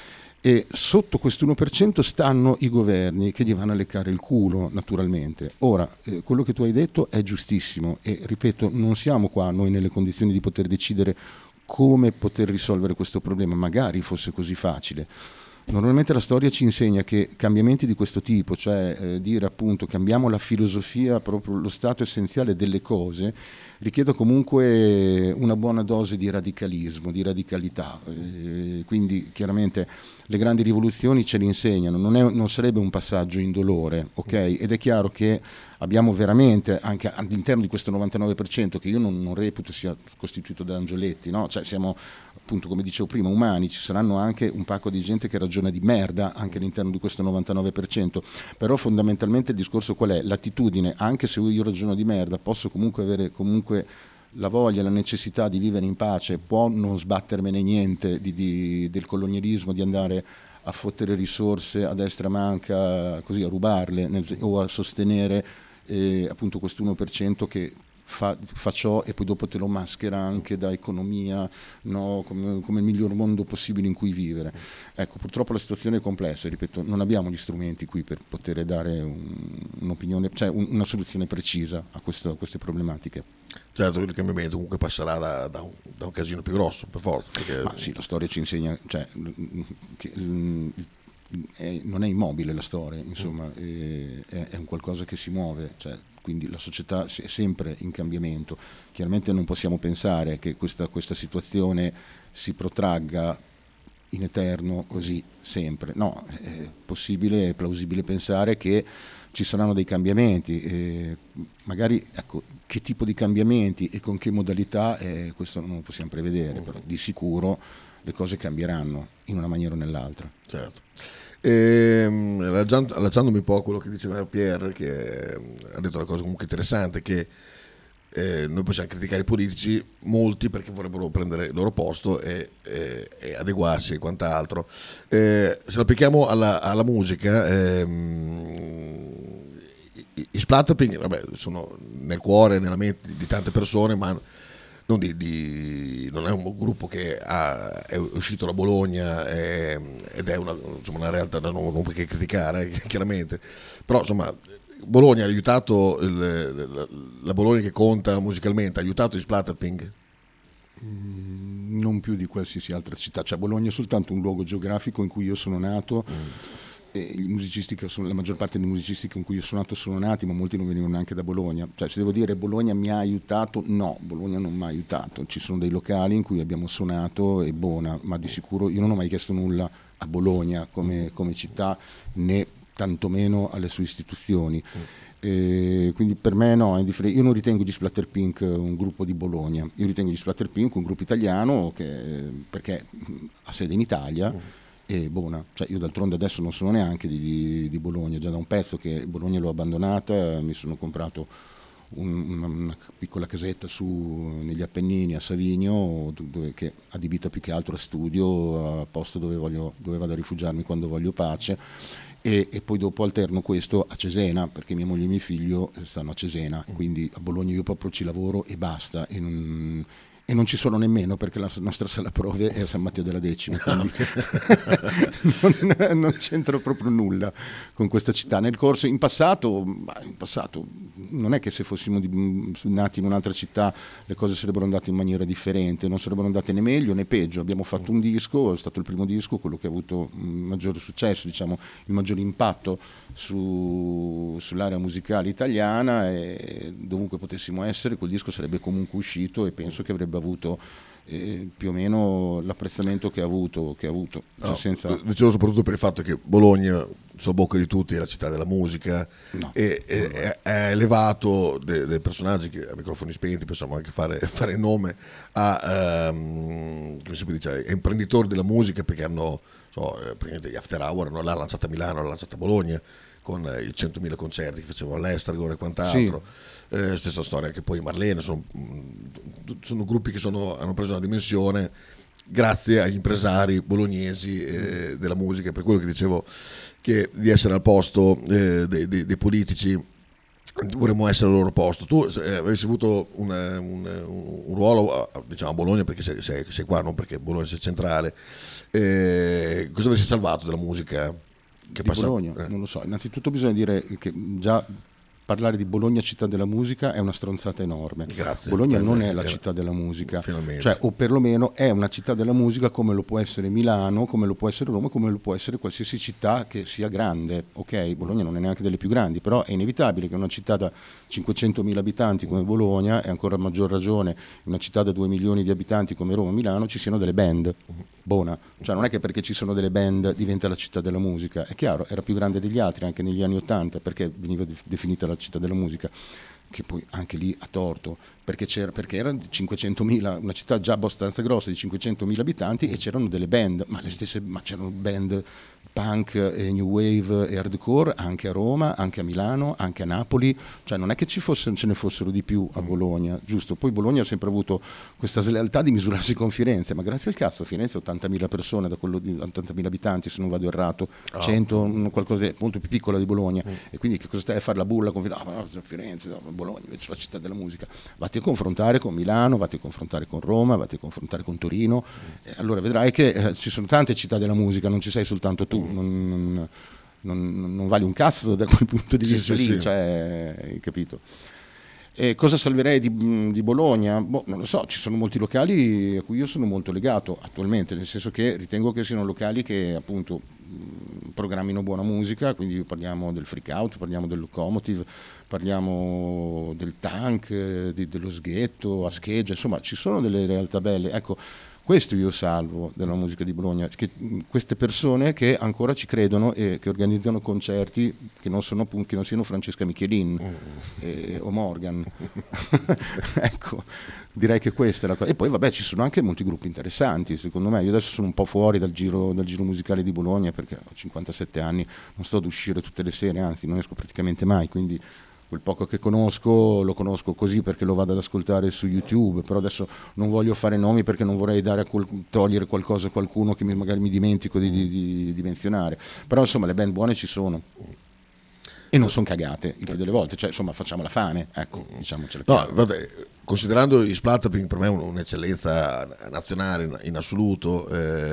[SPEAKER 19] E sotto questo 1% stanno i governi che gli vanno a leccare il culo, naturalmente. Ora, quello che tu hai detto è giustissimo e, ripeto, non siamo qua noi nelle condizioni di poter decidere come poter risolvere questo problema, magari fosse così facile. Normalmente la storia ci insegna che cambiamenti di questo tipo, cioè dire appunto cambiamo la filosofia, proprio lo stato essenziale delle cose, richiede comunque una buona dose di radicalismo, di radicalità. Quindi chiaramente le grandi rivoluzioni ce li insegnano, non sarebbe un passaggio indolore, ok? Ed è chiaro che abbiamo veramente, anche all'interno di questo 99%, che io non reputo sia costituito da angioletti, no? Cioè siamo appunto, come dicevo prima, umani, ci saranno anche un pacco di gente che ragiona di merda anche all'interno di questo 99%, però fondamentalmente il discorso qual è? L'attitudine, anche se io ragiono di merda, posso comunque avere la voglia, la necessità di vivere in pace, può non sbattermene niente del colonialismo, di andare a fottere risorse a destra manca, così a rubarle o a sostenere appunto questo 1% che fa ciò e poi dopo te lo maschera anche da economia, no, come il miglior mondo possibile in cui vivere. Ecco, purtroppo la situazione è complessa, ripeto, non abbiamo gli strumenti qui per poter dare un'opinione, cioè una soluzione precisa a queste problematiche.
[SPEAKER 1] Certo, il cambiamento comunque passerà da un casino più grosso, per forza. Perché...
[SPEAKER 19] Ma sì, la storia ci insegna, cioè, che non è immobile la storia, insomma, è un qualcosa che si muove, cioè, quindi la società è sempre in cambiamento. Chiaramente non possiamo pensare che questa situazione si protragga in eterno così sempre. No, è possibile, è plausibile pensare che ci saranno dei cambiamenti, magari ecco, che tipo di cambiamenti e con che modalità, questo non lo possiamo prevedere, però di sicuro le cose cambieranno in una maniera o nell'altra.
[SPEAKER 1] Certo. Allacciandomi un po' a quello che diceva Pierre, che ha detto una cosa comunque interessante, che noi possiamo criticare i politici, molti perché vorrebbero prendere il loro posto e adeguarsi e quant'altro. Se lo applichiamo alla musica, i Splatterpink, vabbè, sono nel cuore, nella mente di tante persone, ma non è un gruppo che è uscito da Bologna ed è una realtà da non perché criticare, chiaramente, però insomma Bologna ha aiutato la Bologna che conta musicalmente, ha aiutato gli Splatterpink?
[SPEAKER 19] Non più di qualsiasi altra città, cioè Bologna è soltanto un luogo geografico in cui io sono nato. E i musicisti la maggior parte dei musicisti con cui io sono nato sono nati, ma molti non venivano neanche da Bologna. Cioè, se devo dire Bologna mi ha aiutato, no, Bologna non mi ha aiutato. Ci sono dei locali in cui abbiamo suonato e buona, ma di sicuro io non ho mai chiesto nulla a Bologna come città, né tantomeno alle sue istituzioni. Quindi per me no, io non ritengo gli Splatterpink un gruppo di Bologna, io ritengo gli Splatterpink un gruppo italiano perché ha sede in Italia. E buona, cioè io d'altronde adesso non sono neanche di Bologna, già da un pezzo che Bologna l'ho abbandonata, mi sono comprato una piccola casetta negli Appennini a Savigno, che adibita più che altro a studio, a posto dove vado a rifugiarmi quando voglio pace, e poi dopo alterno questo a Cesena, perché mia moglie e mio figlio stanno a Cesena, quindi a Bologna io proprio ci lavoro e basta, e non ci sono nemmeno perché la nostra sala prove è a San Matteo della Decima, quindi non c'entra proprio nulla con questa città. In passato non è che se fossimo nati in un'altra città le cose sarebbero andate in maniera differente, non sarebbero andate né meglio né peggio. Abbiamo fatto un disco, è stato il primo disco, quello che ha avuto maggior successo, diciamo il maggior impatto sull'area musicale italiana, e dovunque potessimo essere quel disco sarebbe comunque uscito e penso che avrebbe avuto più o meno l'apprezzamento che ha avuto, cioè senza...
[SPEAKER 1] Dicevo soprattutto per il fatto che Bologna, sulla bocca di tutti, è la città della musica, è elevato dei personaggi che a microfoni spenti possiamo anche fare il nome come si può dire, imprenditori della musica, perché hanno gli After Hour l'ha lanciata a Milano, l'ha lanciata a Bologna con i 100.000 concerti che facevano all'Estragon e quant'altro. Stessa storia anche poi Marlene, sono gruppi che hanno preso una dimensione grazie agli impresari bolognesi della musica. Per quello che dicevo, che di essere al posto dei politici vorremmo essere al loro posto. Tu avessi avuto un ruolo, diciamo, a Bologna, perché sei qua, non perché Bologna sia centrale, cosa avresti salvato della musica che
[SPEAKER 19] di Bologna? Non lo so, innanzitutto bisogna dire che già parlare di Bologna città della musica è una stronzata enorme.
[SPEAKER 1] Grazie.
[SPEAKER 19] Bologna non è la città della musica,
[SPEAKER 1] finalmente.
[SPEAKER 19] Cioè, o perlomeno è una città della musica come lo può essere Milano, come lo può essere Roma, come lo può essere qualsiasi città che sia grande. Ok, Bologna non è neanche delle più grandi, però è inevitabile che una città da 500.000 abitanti come Bologna, e ancora a maggior ragione in una città da 2 milioni di abitanti come Roma e Milano, ci siano delle band. Buona, cioè non è che perché ci sono delle band diventa la città della musica, è chiaro, era più grande degli altri anche negli anni '80 perché veniva definita la città della musica, che poi anche lì ha torto, perché era 500.000, una città già abbastanza grossa di 500.000 abitanti, e c'erano delle band, ma c'erano band punk e new wave e hardcore anche a Roma, anche a Milano, anche a Napoli, cioè non è che ce ne fossero di più a Bologna, giusto? Poi Bologna ha sempre avuto questa slealtà di misurarsi con Firenze, ma grazie al cazzo Firenze ha 80.000 persone, da quello di 80.000 abitanti se non vado errato, 100, qualcosa molto più piccola di Bologna, e quindi che cosa stai a fare la bulla con Firenze, Bologna invece la città della musica. Vatti a confrontare con Milano, vatti a confrontare con Roma, vatti a confrontare con Torino, allora vedrai che ci sono tante città della musica, non ci sei soltanto tu. Non vale un cazzo da quel punto di vista lì. Cioè, hai capito? E cosa salverei di Bologna? Non lo so, ci sono molti locali a cui io sono molto legato attualmente, nel senso che ritengo che siano locali che appunto programmino buona musica, quindi parliamo del Freak Out, parliamo del Locomotive, parliamo del Tank, dello Sghetto, a Scheggia, insomma ci sono delle realtà belle. Ecco, Questo io salvo della musica di Bologna, che queste persone che ancora ci credono e che organizzano concerti che non siano Francesca Michelin o Morgan. Ecco, direi che questa è la cosa. E poi vabbè, ci sono anche molti gruppi interessanti, secondo me. Io adesso sono un po' fuori dal giro musicale di Bologna perché ho 57 anni, non sto ad uscire tutte le sere, anzi non esco praticamente mai, quindi quel poco che conosco lo conosco così perché lo vado ad ascoltare su YouTube, però adesso non voglio fare nomi perché non vorrei togliere qualcosa a qualcuno che magari mi dimentico di menzionare, però insomma le band buone ci sono e non sono cagate il più delle volte, cioè insomma facciamo la fame, ecco, diciamocela.
[SPEAKER 1] No, vabbè, considerando gli Splatterpink per me è un'eccellenza nazionale in assoluto,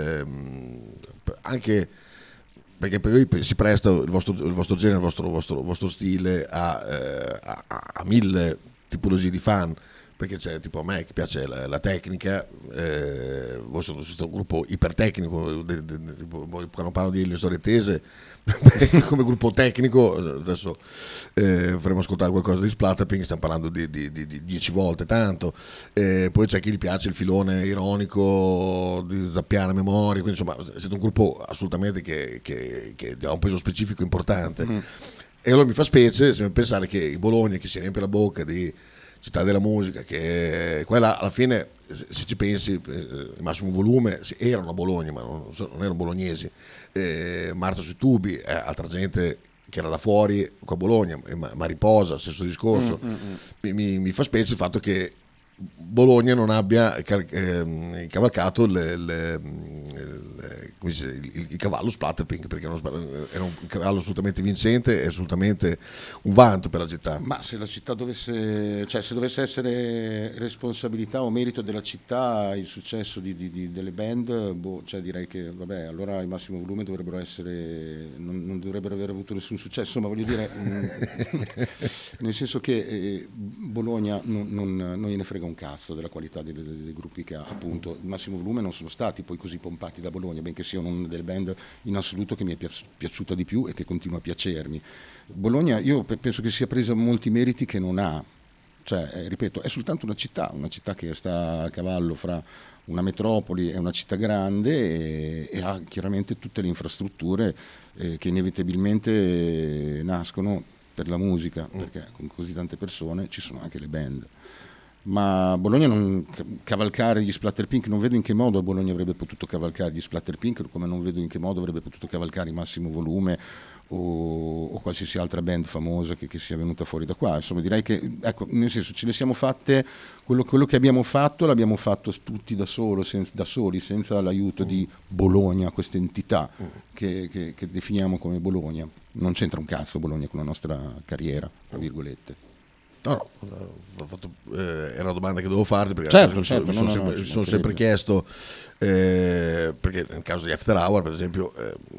[SPEAKER 1] anche perché poi si presta il vostro genere, il vostro stile a mille tipologie di fan, perché c'è tipo a me che piace la tecnica, voi siete un gruppo ipertecnico, quando parlo di Le Storie Tese come gruppo tecnico, adesso faremo ascoltare qualcosa di Splatterpink, stiamo parlando di 10 volte tanto, poi c'è chi gli piace il filone ironico di Zappiana a memoria, quindi insomma siete un gruppo assolutamente che ha un peso specifico importante. E allora mi fa specie se pensare che il Bologna, che si riempie la bocca di città della musica, che quella alla fine, se ci pensi, il massimo volume erano a Bologna, ma non erano bolognesi, Marta sui tubi, altra gente che era da fuori qua a Bologna, Mariposa, stesso discorso. Mi fa specie il fatto che Bologna non abbia cavalcato il cavallo Splatterpink, perché era un cavallo assolutamente vincente e assolutamente un vanto per la città.
[SPEAKER 19] Ma se la città dovesse essere responsabilità o merito della città il successo delle band, direi che vabbè, allora il massimo volume dovrebbero essere, non dovrebbero aver avuto nessun successo, insomma voglio dire nel senso che Bologna non gliene frega un cazzo della qualità dei gruppi che ha, appunto. Il massimo volume non sono stati poi così pompati da Bologna, benché sia una delle band in assoluto che mi è piaciuta di più e che continua a piacermi. Bologna io penso che sia presa molti meriti che non ha, cioè ripeto, è soltanto una città che sta a cavallo fra una metropoli e una città grande e ha chiaramente tutte le infrastrutture che inevitabilmente nascono per la musica, perché con così tante persone ci sono anche le band. Ma Bologna non cavalcare gli Splatterpink, non vedo in che modo Bologna avrebbe potuto cavalcare gli Splatterpink, come non vedo in che modo avrebbe potuto cavalcare il Massimo Volume o qualsiasi altra band famosa che sia venuta fuori da qua. Insomma, direi che, ecco, nel senso, ce le siamo fatte, quello che abbiamo fatto l'abbiamo fatto tutti da soli, senza l'aiuto di Bologna, questa entità che definiamo come Bologna. Non c'entra un cazzo Bologna con la nostra carriera, tra virgolette.
[SPEAKER 1] No, era una domanda che dovevo farti, perché
[SPEAKER 19] certo,
[SPEAKER 1] mi sono sempre chiesto, perché nel caso di After Hour per esempio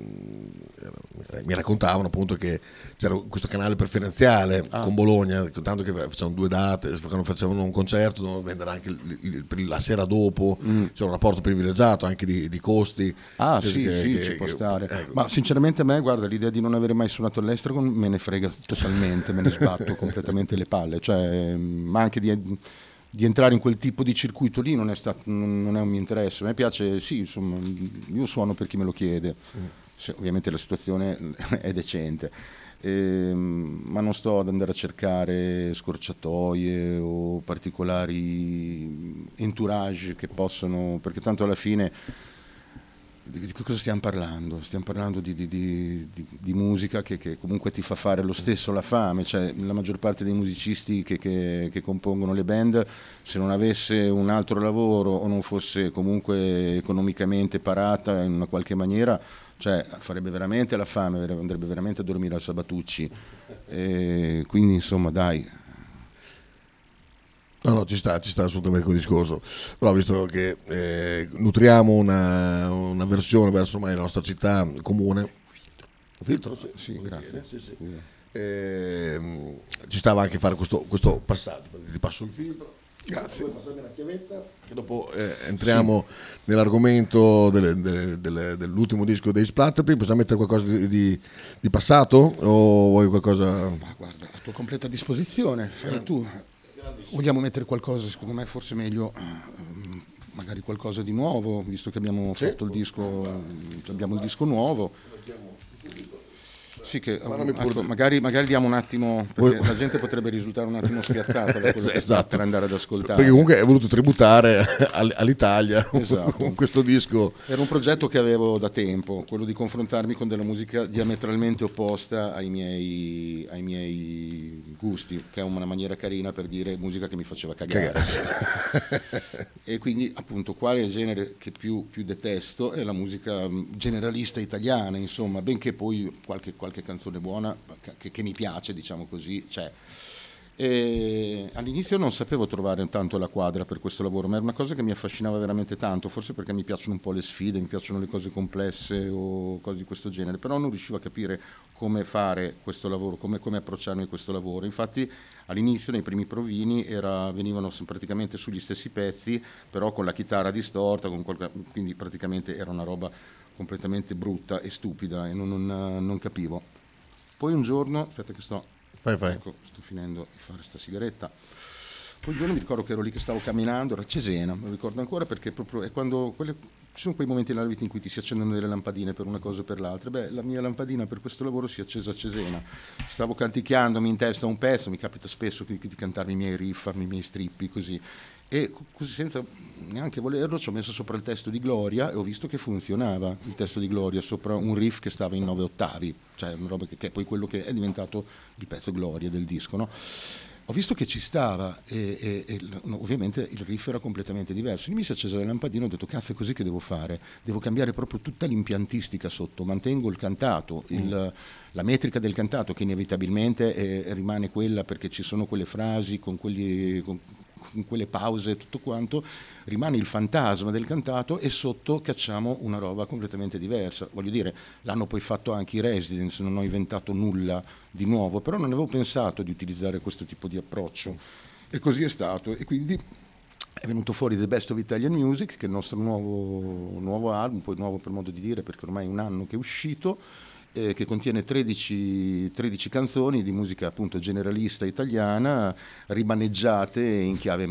[SPEAKER 1] mi raccontavano appunto che c'era questo canale preferenziale con Bologna, tanto che facevano 2 date, quando facevano un concerto dovevano vendere anche la sera dopo, c'era un rapporto privilegiato anche di costi.
[SPEAKER 19] Ci può stare. Ecco. Ma sinceramente a me, guarda, l'idea di non avere mai suonato all'estero me ne frega totalmente, me ne sbatto completamente le palle, cioè, ma anche di entrare in quel tipo di circuito lì non è un mio interesse. A me piace, sì, insomma, io suono per chi me lo chiede, ovviamente la situazione è decente, ma non sto ad andare a cercare scorciatoie o particolari entourage che possono, perché tanto alla fine di cosa stiamo parlando? Stiamo parlando di musica che comunque ti fa fare lo stesso la fame, cioè la maggior parte dei musicisti che compongono le band, se non avesse un altro lavoro o non fosse comunque economicamente parata in una qualche maniera, cioè farebbe veramente la fame, andrebbe veramente a dormire al Sabatucci, quindi insomma dai.
[SPEAKER 1] No, ci sta assolutamente quel discorso, però visto che nutriamo una versione verso ormai la nostra città comune, filtro? Sì, grazie. Sì. Ci stava anche fare questo passaggio, ti passo il filtro. Grazie. Poi passarmi la chiavetta, che dopo entriamo nell'argomento dell'ultimo disco dei Splatterpink. Possiamo mettere qualcosa di passato o vuoi qualcosa?
[SPEAKER 19] Ma guarda, a tua completa disposizione, fai tu. Vogliamo mettere qualcosa, secondo me forse meglio magari qualcosa di nuovo, visto che abbiamo fatto il disco, abbiamo il disco nuovo. Sì, che magari diamo un attimo, perché la gente potrebbe risultare un attimo spiazzata da quello che sta per andare ad ascoltare.
[SPEAKER 1] Perché comunque hai voluto tributare all'Italia con questo disco.
[SPEAKER 19] Era un progetto che avevo da tempo, quello di confrontarmi con della musica diametralmente opposta ai miei gusti, che è una maniera carina per dire musica che mi faceva cagare. E quindi appunto quale genere che più detesto è la musica generalista italiana, insomma, benché poi qualche canzone buona che mi piace, diciamo così, c'è. E all'inizio non sapevo trovare tanto la quadra per questo lavoro, ma era una cosa che mi affascinava veramente tanto, forse perché mi piacciono un po' le sfide, mi piacciono le cose complesse o cose di questo genere, però non riuscivo a capire come fare questo lavoro, come approcciarmi a questo lavoro. Infatti all'inizio nei primi provini venivano praticamente sugli stessi pezzi, però con la chitarra distorta, quindi praticamente era una roba completamente brutta e stupida e non capivo. Poi un giorno, aspetta che sto finendo di fare sta sigaretta. Poi un giorno mi ricordo che ero lì che stavo camminando, era Cesena, me lo ricordo ancora perché proprio è quando ci sono quei momenti nella vita in cui ti si accendono delle lampadine per una cosa o per l'altra. La mia lampadina per questo lavoro si è accesa a Cesena. Stavo canticchiandomi in testa un pezzo, mi capita spesso di cantarmi i miei riff, farmi i miei strippi così. E così senza neanche volerlo ci ho messo sopra il testo di Gloria e ho visto che funzionava il testo di Gloria sopra un riff che stava in 9 ottavi, cioè una roba che è poi quello che è diventato il pezzo Gloria del disco, no? Ho visto che ci stava e ovviamente il riff era completamente diverso. Io mi si è accesa la lampadina, ho detto cazzo, è così che devo fare, devo cambiare proprio tutta l'impiantistica sotto, mantengo il cantato, la metrica del cantato che inevitabilmente rimane quella perché ci sono quelle frasi con quelle pause e tutto quanto, rimane il fantasma del cantato e sotto cacciamo una roba completamente diversa. Voglio dire, l'hanno poi fatto anche i Residents, non ho inventato nulla di nuovo, però non avevo pensato di utilizzare questo tipo di approccio e così è stato, e quindi è venuto fuori The Best of Italian Music, che è il nostro nuovo album, poi nuovo per modo di dire perché ormai è un anno che è uscito, che contiene 13 canzoni di musica appunto generalista italiana, rimaneggiate in chiave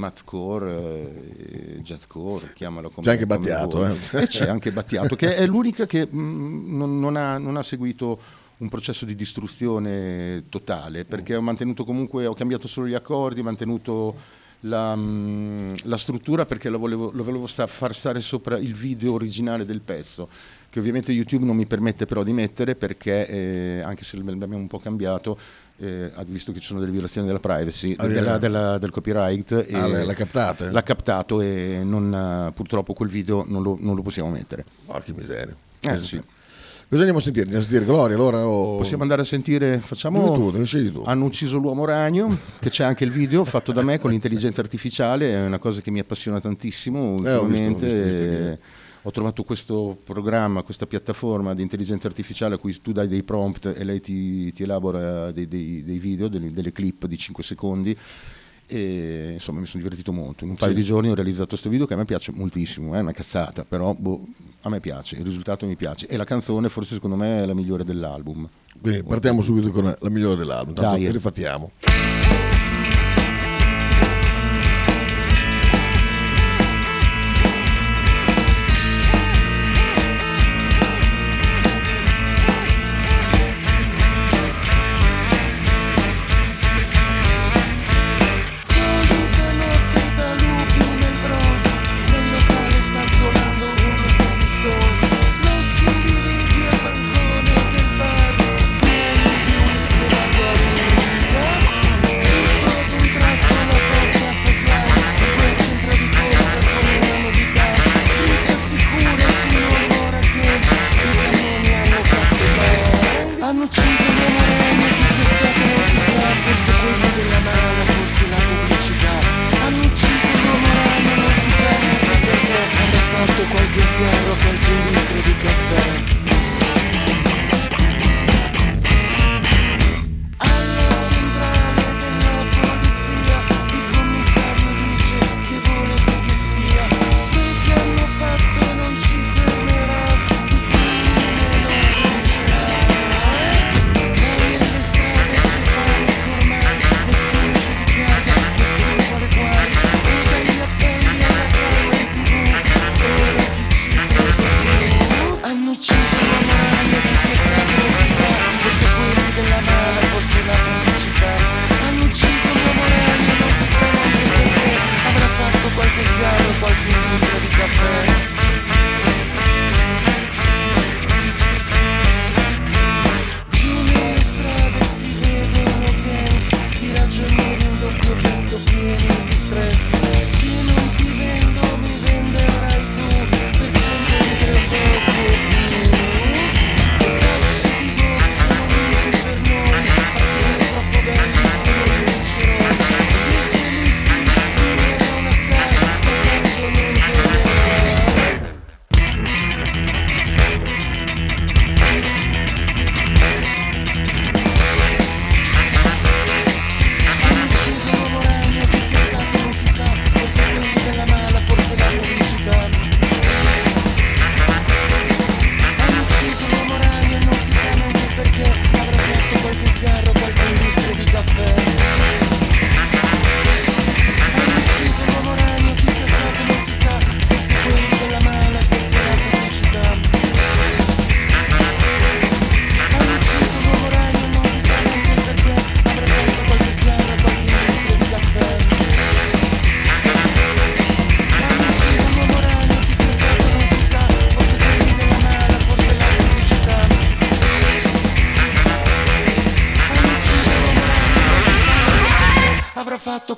[SPEAKER 19] mathcore, jazzcore, chiamalo come
[SPEAKER 1] c'è anche Battiato,
[SPEAKER 19] e c'è anche Battiato, che è l'unica che non ha seguito un processo di distruzione totale, perché ho cambiato solo gli accordi, ho mantenuto la struttura perché lo volevo far stare sopra il video originale del pezzo, che ovviamente YouTube non mi permette però di mettere perché anche se l'abbiamo un po' cambiato, ha visto che ci sono delle violazioni della privacy, del copyright, l'ha captato e purtroppo quel video non lo possiamo mettere.
[SPEAKER 1] Porca miseria.
[SPEAKER 19] Sì.
[SPEAKER 1] Cosa andiamo a sentire? Andiamo a sentire Gloria allora?
[SPEAKER 19] Possiamo andare a sentire,
[SPEAKER 1] scegli tu.
[SPEAKER 19] Hanno ucciso l'uomo ragno, che c'è anche il video fatto da me con l'intelligenza artificiale, è una cosa che mi appassiona tantissimo ultimamente. Ho trovato questo programma, questa piattaforma di intelligenza artificiale a cui tu dai dei prompt e lei ti elabora dei video, delle clip di 5 secondi. E insomma mi sono divertito molto. In un paio di giorni ho realizzato questo video che a me piace moltissimo, è una cazzata, però a me piace, il risultato mi piace e la canzone forse secondo me è la migliore dell'album.
[SPEAKER 1] Quindi partiamo subito con la migliore dell'album, tanto rifattiamo.
[SPEAKER 3] Yes.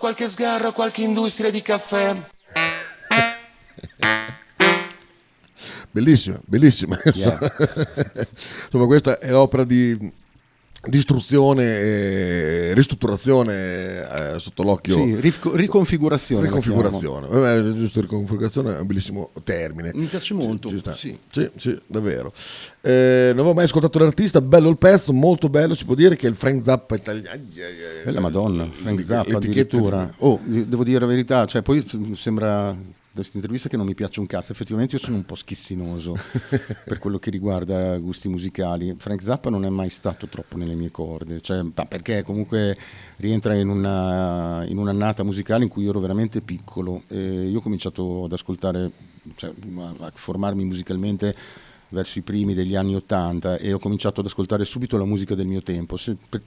[SPEAKER 21] qualche sgarro, qualche industria di caffè.
[SPEAKER 1] Bellissima, bellissima.
[SPEAKER 19] Yeah.
[SPEAKER 1] Insomma, questa è opera di istruzione e ristrutturazione sotto l'occhio.
[SPEAKER 19] Sì, riconfigurazione.
[SPEAKER 1] Giusto, riconfigurazione è un bellissimo termine.
[SPEAKER 19] Mi piace molto.
[SPEAKER 1] Ci sta.
[SPEAKER 19] Sì,
[SPEAKER 1] davvero. Non avevo mai ascoltato l'artista, bello il pezzo, molto bello, si può dire che è il Frank Zappa italiano.
[SPEAKER 19] Bella Madonna, Frank Zappa addirittura. Oh, devo dire la verità, cioè poi sembra da questa intervista che non mi piace un cazzo. Effettivamente io sono un po' schizzinoso per quello che riguarda gusti musicali. Frank Zappa non è mai stato troppo nelle mie corde, cioè, perché comunque rientra in un'annata musicale in cui io ero veramente piccolo. Io ho cominciato ad ascoltare, cioè, a formarmi musicalmente verso i primi degli anni '80 e ho cominciato ad ascoltare subito la musica del mio tempo.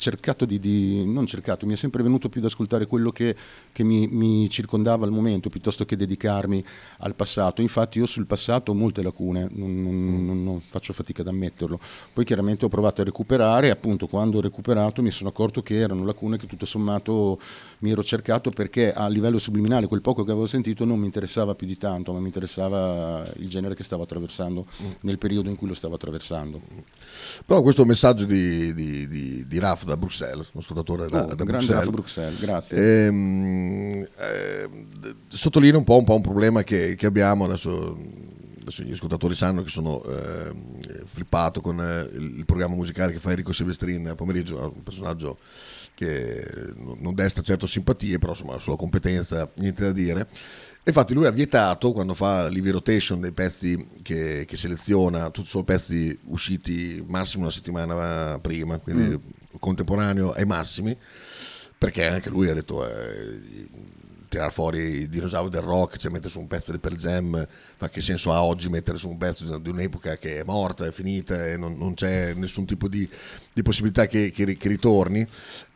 [SPEAKER 19] Mi è sempre venuto più ad ascoltare quello che mi circondava al momento, piuttosto che dedicarmi al passato. Infatti io sul passato ho molte lacune, non faccio fatica ad ammetterlo. Poi chiaramente ho provato a recuperare, e appunto quando ho recuperato mi sono accorto che erano lacune che tutto sommato mi ero cercato, perché a livello subliminale quel poco che avevo sentito non mi interessava più di tanto, ma mi interessava il genere che stavo attraversando nel periodo in cui lo stavo attraversando.
[SPEAKER 1] Però questo messaggio di Raf da Bruxelles, uno ascoltatore da
[SPEAKER 19] grande Raf Bruxelles, grazie.
[SPEAKER 1] Sottolinea un po' un problema che abbiamo adesso gli ascoltatori sanno che sono flippato con il programma musicale che fa Enrico Silvestrin a pomeriggio, un personaggio che non desta certo simpatie, però insomma sulla competenza niente da dire. Infatti lui ha vietato, quando fa l'EV rotation dei pezzi che seleziona, tutti solo pezzi usciti massimo una settimana prima, quindi contemporaneo ai massimi, perché anche lui ha detto tirare fuori i dinosauri del rock, cioè mettere su un pezzo del Pearl Jam, fa che senso ha oggi mettere su un pezzo di un'epoca che è morta, è finita e non c'è nessun tipo di possibilità che ritorni.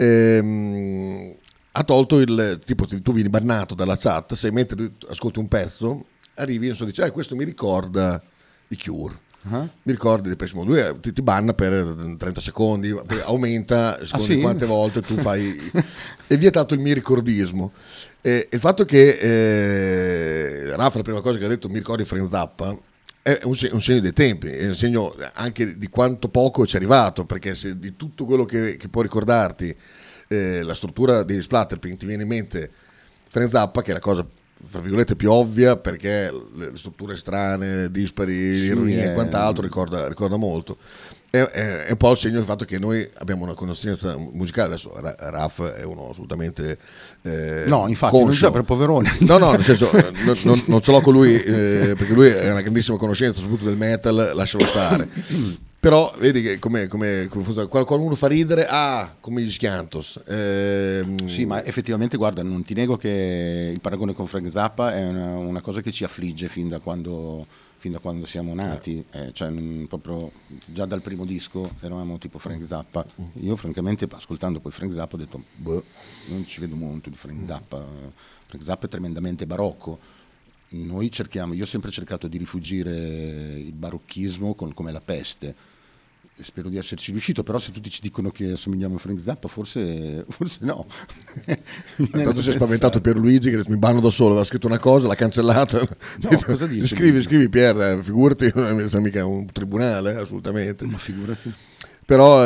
[SPEAKER 1] Ha tolto il tipo, tu vieni bannato dalla chat se mentre ascolti un pezzo arrivi e dici questo mi ricorda i Cure, mi ricordi di Depeche Mode. Lui ti banna per 30 secondi, poi aumenta secondo quante volte tu fai. È vietato il mi ricordismo. E il fatto che Rafa la prima cosa che ha detto mi ricordi Frank Zappa è un segno dei tempi, è un segno anche di quanto poco ci è arrivato, perché se di tutto quello che può ricordarti la struttura degli Splatterpink ti viene in mente Frank Zappa, che è la cosa fra virgolette più ovvia, perché le strutture strane, dispari, ironie e quant'altro ricorda molto. È un po' il segno del fatto che noi abbiamo una conoscenza musicale. Adesso Raf è uno assolutamente
[SPEAKER 19] no, infatti
[SPEAKER 1] conscio.
[SPEAKER 19] non c'è per poverone.
[SPEAKER 1] No, nel senso non ce l'ho con lui perché lui è una grandissima conoscenza soprattutto del metal, lascialo stare. Però vedi che come qualcuno fa ridere, come gli Schiantos.
[SPEAKER 19] Sì, ma effettivamente guarda, non ti nego che il paragone con Frank Zappa è una cosa che ci affligge fin da quando siamo nati, cioè proprio già dal primo disco eravamo tipo Frank Zappa. Io francamente ascoltando poi Frank Zappa ho detto non ci vedo molto di Frank Zappa. Frank Zappa è tremendamente barocco. Io ho sempre cercato di rifugire il barocchismo come la peste. Spero di esserci riuscito, però se tutti ci dicono che assomigliamo a Frank Zappa forse no.
[SPEAKER 1] Tanto si è spaventato Pierluigi che ha detto mi banno da solo, aveva scritto una cosa, l'ha cancellata.
[SPEAKER 19] No, cosa dici?
[SPEAKER 1] Scrivi Pier, figurati, non è mica un tribunale, assolutamente.
[SPEAKER 19] Ma figurati.
[SPEAKER 1] Però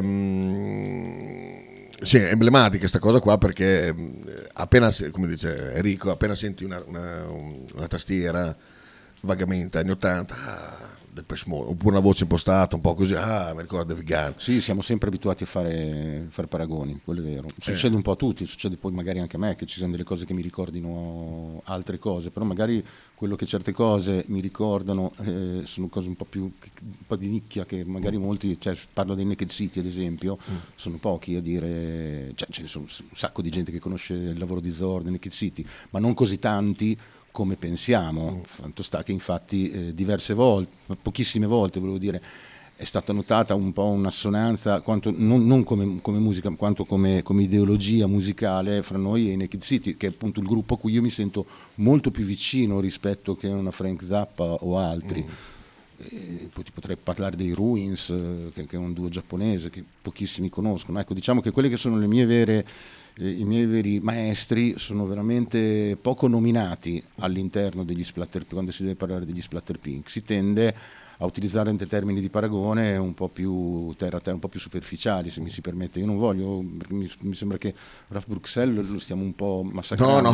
[SPEAKER 1] sì, è emblematica questa cosa qua, perché appena, come dice Enrico, appena senti una tastiera vagamente anni 80 del Pesmo, oppure una voce impostata un po' così, mi ricorda Vigano.
[SPEAKER 19] Sì, siamo sempre abituati a fare paragoni, quello è vero. Succede un po' a tutti, succede poi magari anche a me che ci siano delle cose che mi ricordino altre cose, però magari quello che certe cose mi ricordano sono cose un po' di nicchia, che magari molti, cioè parlo dei Naked City ad esempio, sono pochi a dire, cioè ce ne sono un sacco di gente che conosce il lavoro di Zord, dei Naked City, ma non così tanti come pensiamo. Fatto sta che infatti diverse volte, pochissime volte volevo dire, è stata notata un po' un'assonanza, non come musica, quanto come ideologia musicale fra noi e i Naked City, che è appunto il gruppo a cui io mi sento molto più vicino rispetto che una Frank Zappa o altri. Poi ti potrei parlare dei Ruins, che è un duo giapponese che pochissimi conoscono. Ecco, diciamo che quelle che sono le mie vere i miei veri maestri sono veramente poco nominati all'interno degli splatter, quando si deve parlare degli Splatterpink. Si tende a utilizzare in termini di paragone un po' più terra a terra, un po' più superficiali, se mi si permette. Io non voglio, mi sembra che Ralph Bruxelles lo stiamo un po' massacrando.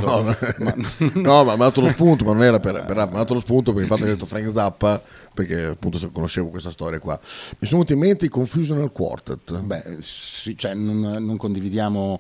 [SPEAKER 1] No, ma mi ha dato lo spunto, ma non era per Ralph, mi ha dato lo spunto per il fatto che ho detto Frank Zappa, perché appunto conoscevo questa storia qua. Mi sono venuti in mente i Confusional Quartet.
[SPEAKER 19] Beh, sì, cioè non condividiamo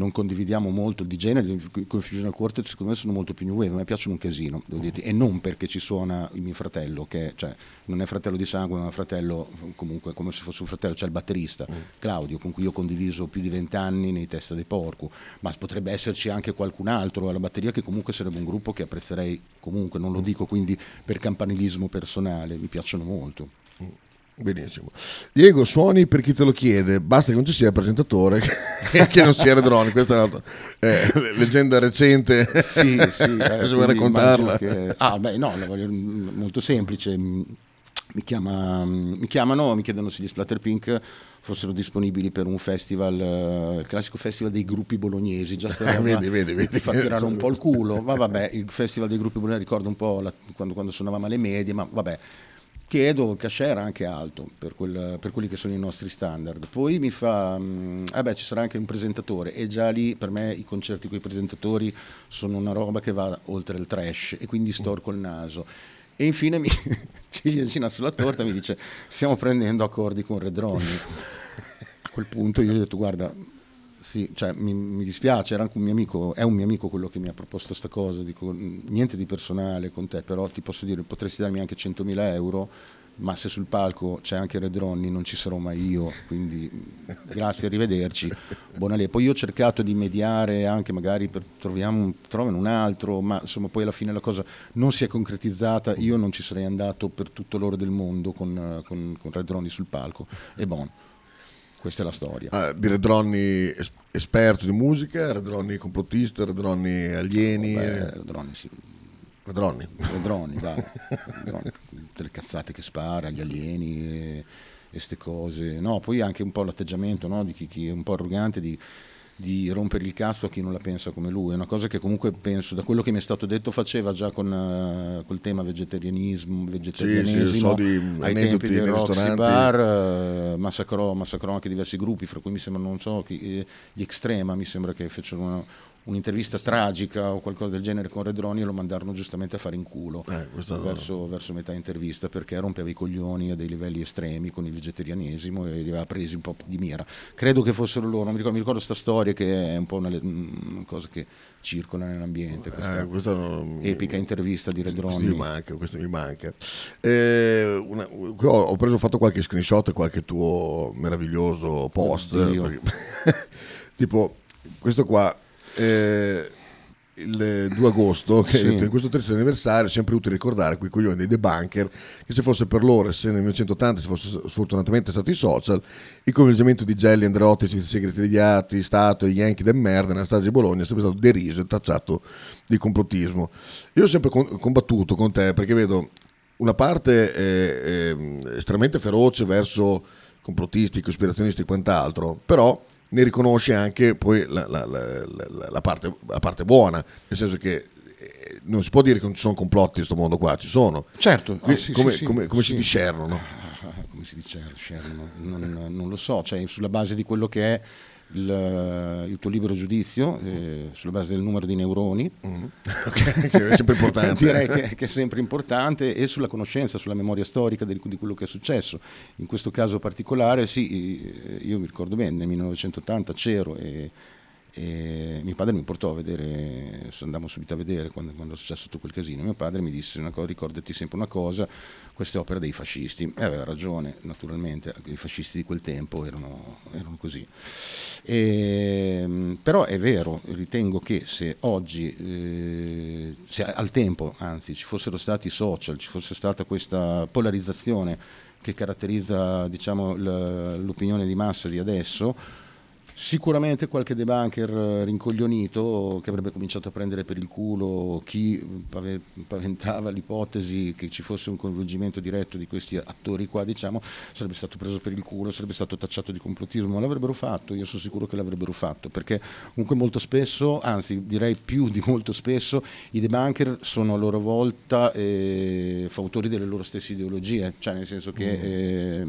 [SPEAKER 19] molto di genere. I Confusional Quartet secondo me sono molto più new wave, a me piacciono un casino, devo dirti, e non perché ci suona il mio fratello, che cioè, non è fratello di sangue, ma è un fratello comunque come se fosse un fratello, c'è il batterista Claudio, con cui io ho condiviso più di 20 anni nei Testa dei Porco, ma potrebbe esserci anche qualcun altro alla batteria che comunque sarebbe un gruppo che apprezzerei comunque, non lo dico quindi per campanilismo personale, mi piacciono molto.
[SPEAKER 1] Benissimo. Diego, suoni per chi te lo chiede, basta che non ci sia il presentatore che non sia Redroni. Questa è una leggenda recente.
[SPEAKER 19] Sì,
[SPEAKER 1] se vuoi raccontarla.
[SPEAKER 19] La voglio molto semplice. Mi chiamano, mi chiedono se gli Splatterpink fossero disponibili per un festival, il classico festival dei gruppi bolognesi, già
[SPEAKER 1] vedi.
[SPEAKER 19] Ti fa tirare un po' il culo, ma vabbè, il festival dei gruppi bolognesi ricordo un po' quando suonavamo alle medie, ma vabbè. Chiedo, il cachet era anche alto per quelli che sono i nostri standard. Poi mi fa, ci sarà anche un presentatore, e già lì per me i concerti con i presentatori sono una roba che va oltre il trash, e quindi storco il naso. E infine ciliegina sulla torta mi dice: stiamo prendendo accordi con Redroni. A quel punto io gli ho detto: guarda, sì, cioè, mi dispiace, era anche un mio amico, è un mio amico quello che mi ha proposto sta cosa, dico niente di personale con te, però ti posso dire, potresti darmi anche 100.000 euro, ma se sul palco c'è anche Redroni non ci sarò mai io, quindi grazie, arrivederci, buona lì. Poi io ho cercato di mediare anche magari per trovano un altro, ma insomma poi alla fine la cosa non si è concretizzata, io non ci sarei andato per tutto l'oro del mondo con Redroni sul palco, e buono. Questa è la storia.
[SPEAKER 1] Di Redroni esperto di musica, Redroni complottista, Redroni alieni.
[SPEAKER 19] Redroni sì. Redroni, dai. Redroni, tutte le cazzate che spara, gli alieni e ste cose. No, poi anche un po' l'atteggiamento, no, di chi è un po' arrogante di rompere il cazzo a chi non la pensa come lui. È una cosa che comunque penso, da quello che mi è stato detto, faceva già con col tema vegetarianesimo ai tempi dei Roxy Bar, massacrò anche diversi gruppi, fra cui mi sembra, non so, gli Extrema, mi sembra che fecero un'intervista tragica o qualcosa del genere con Redroni e lo mandarono giustamente a fare in culo verso metà intervista, perché rompeva i coglioni a dei livelli estremi con il vegetarianesimo e li aveva presi un po' di mira. Credo che fossero loro, mi ricordo sta storia che è un po' una cosa che circola nell'ambiente, questa epica intervista di Redroni.
[SPEAKER 1] Questo mi manca. Ho fatto qualche screenshot e qualche tuo meraviglioso post, tipo questo qua. Il 2 agosto, che sì. In questo 30° anniversario è sempre utile ricordare quei coglioni dei debunker che se fosse per loro, se nel 1980 si fosse sfortunatamente stati i social, il coinvolgimento di Gelli, Andreotti, segreti degli atti, Stato e gli Yankee del merda nella strage di Bologna è sempre stato deriso e tacciato di complottismo. Io ho sempre combattuto con te, perché vedo una parte estremamente feroce verso complottisti, cospirazionisti e quant'altro, però ne riconosce anche poi la parte buona, nel senso che non si può dire che non ci sono complotti in questo mondo qua, ci sono.
[SPEAKER 19] Certo.
[SPEAKER 1] Come si discernono?
[SPEAKER 19] Come si discernono? Non lo so, cioè sulla base di quello che è il tuo libero giudizio, sulla base del numero di neuroni,
[SPEAKER 1] che è sempre importante.
[SPEAKER 19] Direi che è sempre importante, e sulla conoscenza, sulla memoria storica di quello che è successo. In questo caso particolare, sì, io mi ricordo bene, nel 1980 c'ero e mio padre mi portò a vedere, andammo subito a vedere quando è successo tutto quel casino. Mio padre mi disse ricordati sempre una cosa, queste opere dei fascisti, e aveva ragione, naturalmente, i fascisti di quel tempo erano così. Però è vero, ritengo che se oggi, se al tempo anzi ci fossero stati i social, ci fosse stata questa polarizzazione che caratterizza, diciamo, l'opinione di massa di adesso, Sicuramente qualche debunker rincoglionito che avrebbe cominciato a prendere per il culo chi paventava l'ipotesi che ci fosse un coinvolgimento diretto di questi attori qua, diciamo, sarebbe stato preso per il culo, sarebbe stato tacciato di complottismo. L'avrebbero fatto, io sono sicuro che l'avrebbero fatto, perché comunque molto spesso, anzi direi più di molto spesso, i debunker sono a loro volta fautori delle loro stesse ideologie, cioè nel senso che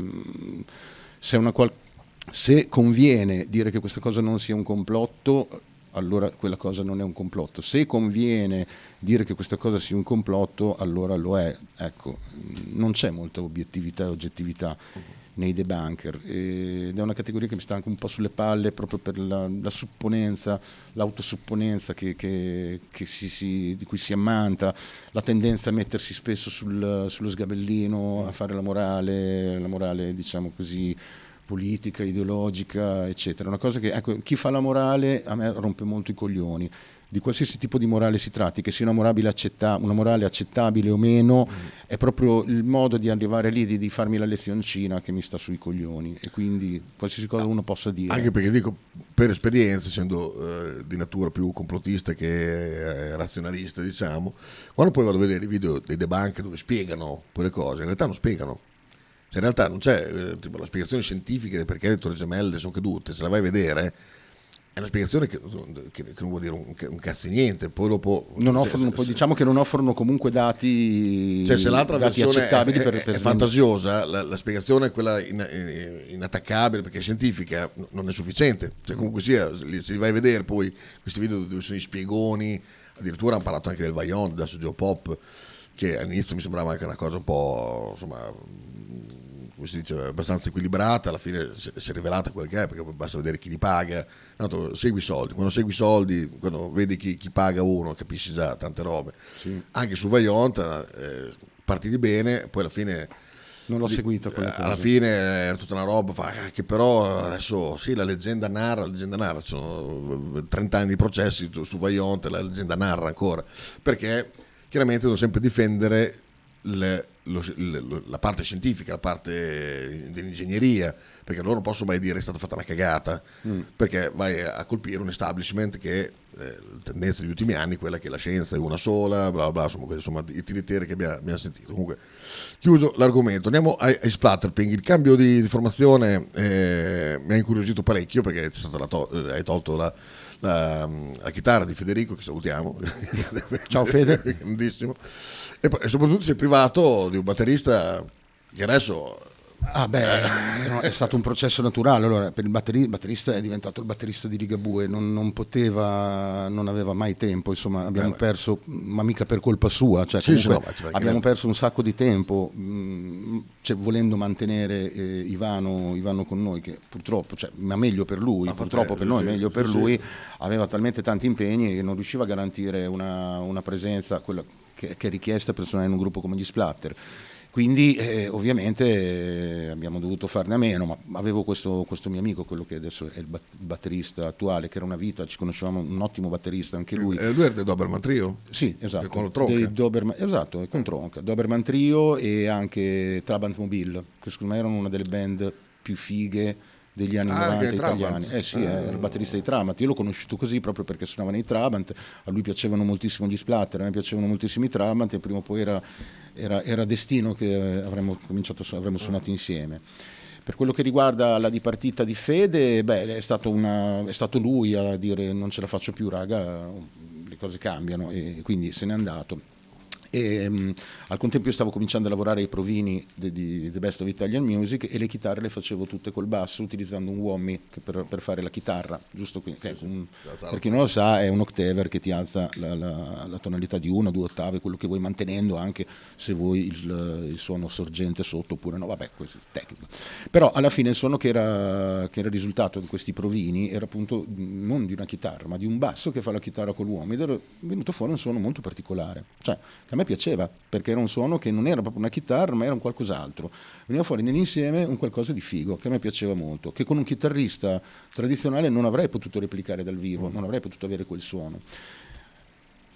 [SPEAKER 19] se conviene dire che questa cosa non sia un complotto, allora quella cosa non è un complotto. Se conviene dire che questa cosa sia un complotto, allora lo è. Ecco, non c'è molta obiettività e oggettività nei debunker, ed è una categoria che mi sta anche un po' sulle palle, proprio per la supponenza, l'autosupponenza di cui si ammanta, la tendenza a mettersi spesso sullo sgabellino, a fare la morale diciamo così, politica, ideologica, eccetera. Una cosa che, ecco, chi fa la morale a me rompe molto i coglioni, di qualsiasi tipo di morale si tratti, che sia una morale accettabile o meno, è proprio il modo di arrivare lì, di farmi la lezioncina che mi sta sui coglioni, e quindi qualsiasi cosa uno possa dire.
[SPEAKER 1] Anche perché dico, per esperienza, essendo di natura più complottista che razionalista, diciamo, quando poi vado a vedere i video dei debunker dove spiegano quelle cose, in realtà non spiegano. Cioè, in realtà non c'è tipo la spiegazione scientifica del perché le torri gemelle sono cadute. Se la vai a vedere è una spiegazione che non vuol dire un cazzo di niente. Poi dopo
[SPEAKER 19] diciamo che non offrono comunque dati,
[SPEAKER 1] cioè, se l'altra
[SPEAKER 19] dati
[SPEAKER 1] versione
[SPEAKER 19] accettabili
[SPEAKER 1] è fantasiosa, la spiegazione è quella inattaccabile perché è scientifica, non è sufficiente. Cioè, comunque sia, se li vai a vedere poi questi video dove sono i spiegoni, addirittura hanno parlato anche del Vaillant, adesso Geopop, che all'inizio mi sembrava anche una cosa un po', insomma, come si dice, abbastanza equilibrata. Alla fine si è rivelata quel che è, perché basta vedere chi li paga. Tanto segui i soldi, quando segui i soldi, quando vedi chi paga uno, capisci già tante robe. Sì. Anche sul Vaillant partiti bene, poi alla fine
[SPEAKER 19] non l'ho seguito quella cosa.
[SPEAKER 1] Alla fine era tutta una roba che però adesso sì, la leggenda narra, sono 30 anni di processi su Vaillant, la leggenda narra ancora, perché chiaramente devo sempre difendere la parte scientifica, la parte dell'ingegneria, perché loro non possono mai dire che è stata fatta una cagata, perché vai a colpire un establishment che la tendenza degli ultimi anni è quella che la scienza è una sola, bla bla, insomma i tiriteri che abbiamo sentito. Comunque, chiuso l'argomento, andiamo ai Splatterpink. Il cambio di formazione mi ha incuriosito parecchio, perché c'è stata hai tolto la chitarra di Federico, che salutiamo.
[SPEAKER 19] Ciao Fede.
[SPEAKER 1] Grandissimo. E soprattutto sei privato di un batterista che adesso
[SPEAKER 19] è stato un processo naturale. Allora, per il batterista è diventato il batterista di Ligabue, non aveva mai tempo, insomma, abbiamo perso, ma mica per colpa sua, cioè, abbiamo perso un sacco di tempo, cioè, volendo mantenere Ivano con noi, che purtroppo, cioè, ma meglio per lui, purtroppo per noi, meglio per lui, aveva talmente tanti impegni che non riusciva a garantire una presenza, quella che è richiesta per suonare in un gruppo come gli Splatter. Quindi ovviamente abbiamo dovuto farne a meno, ma avevo questo mio amico, quello che adesso è il batterista attuale, che era una vita, ci conoscevamo, un ottimo batterista anche lui.
[SPEAKER 1] Lui era del Doberman Trio?
[SPEAKER 19] Sì, esatto.
[SPEAKER 1] Con Tronca?
[SPEAKER 19] Esatto, con Tronca. Doberman Trio e anche Trabant Mobile, che secondo me erano una delle band più fighe degli anni 90 italiani. Sì, era il batterista di Trabant. Io l'ho conosciuto così proprio perché suonava nei Trabant, a lui piacevano moltissimo gli Splatter, a me piacevano moltissimo i Trabant, e prima o poi era destino che avremmo suonato insieme. Per quello che riguarda la dipartita di Fede, è stato lui a dire non ce la faccio più, raga, le cose cambiano, e quindi se n'è andato. E al contempo io stavo cominciando a lavorare ai provini di The Best of Italian Music, e le chitarre le facevo tutte col basso, utilizzando un whammy per fare la chitarra, giusto qui, per chi non lo sa è un octaver che ti alza la tonalità di 1 o 2 ottave, quello che vuoi, mantenendo anche, se vuoi, il suono sorgente sotto oppure no, questo è tecnico. Però alla fine il suono che era risultato di questi provini era appunto non di una chitarra, ma di un basso che fa la chitarra col whammy, ed era venuto fuori un suono molto particolare, cioè che a me piaceva, perché era un suono che non era proprio una chitarra, ma era un qualcos'altro. Veniva fuori nell'insieme un qualcosa di figo, che a me piaceva molto, che con un chitarrista tradizionale non avrei potuto replicare dal vivo, non avrei potuto avere quel suono.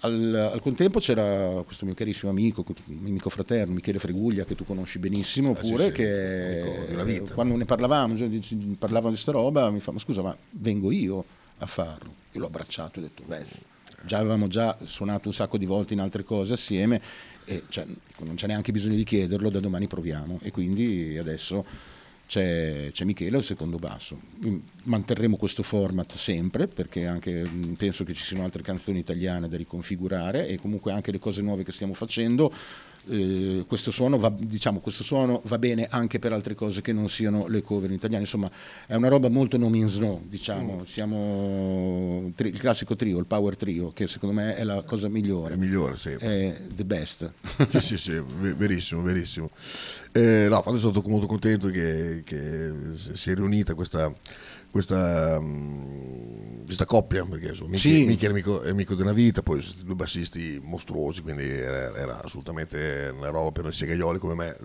[SPEAKER 19] al contempo c'era questo mio carissimo amico fraterno Michele Freguglia, che tu conosci benissimo pure, che quando ne parlavamo di sta roba mi fa: ma scusa, ma vengo io a farlo? Io l'ho abbracciato e ho detto: beh, avevamo già suonato un sacco di volte in altre cose assieme, e cioè, non c'è neanche bisogno di chiederlo, da domani proviamo. E quindi adesso c'è Michele al secondo basso. Manterremo questo format sempre, perché anche penso che ci siano altre canzoni italiane da riconfigurare, e comunque anche le cose nuove che stiamo facendo. Questo suono va bene anche per altre cose che non siano le cover in italiano. Insomma, è una roba molto no means no, diciamo. Siamo il classico trio, il power trio, che secondo me è la cosa migliore.
[SPEAKER 1] È migliore, sì.
[SPEAKER 19] È the best.
[SPEAKER 1] Sì, verissimo. No, sono stato molto contento che si è riunita questa coppia, perché insomma, Michele è amico di una vita, poi due bassisti mostruosi, quindi era assolutamente una roba per noi segaioli come me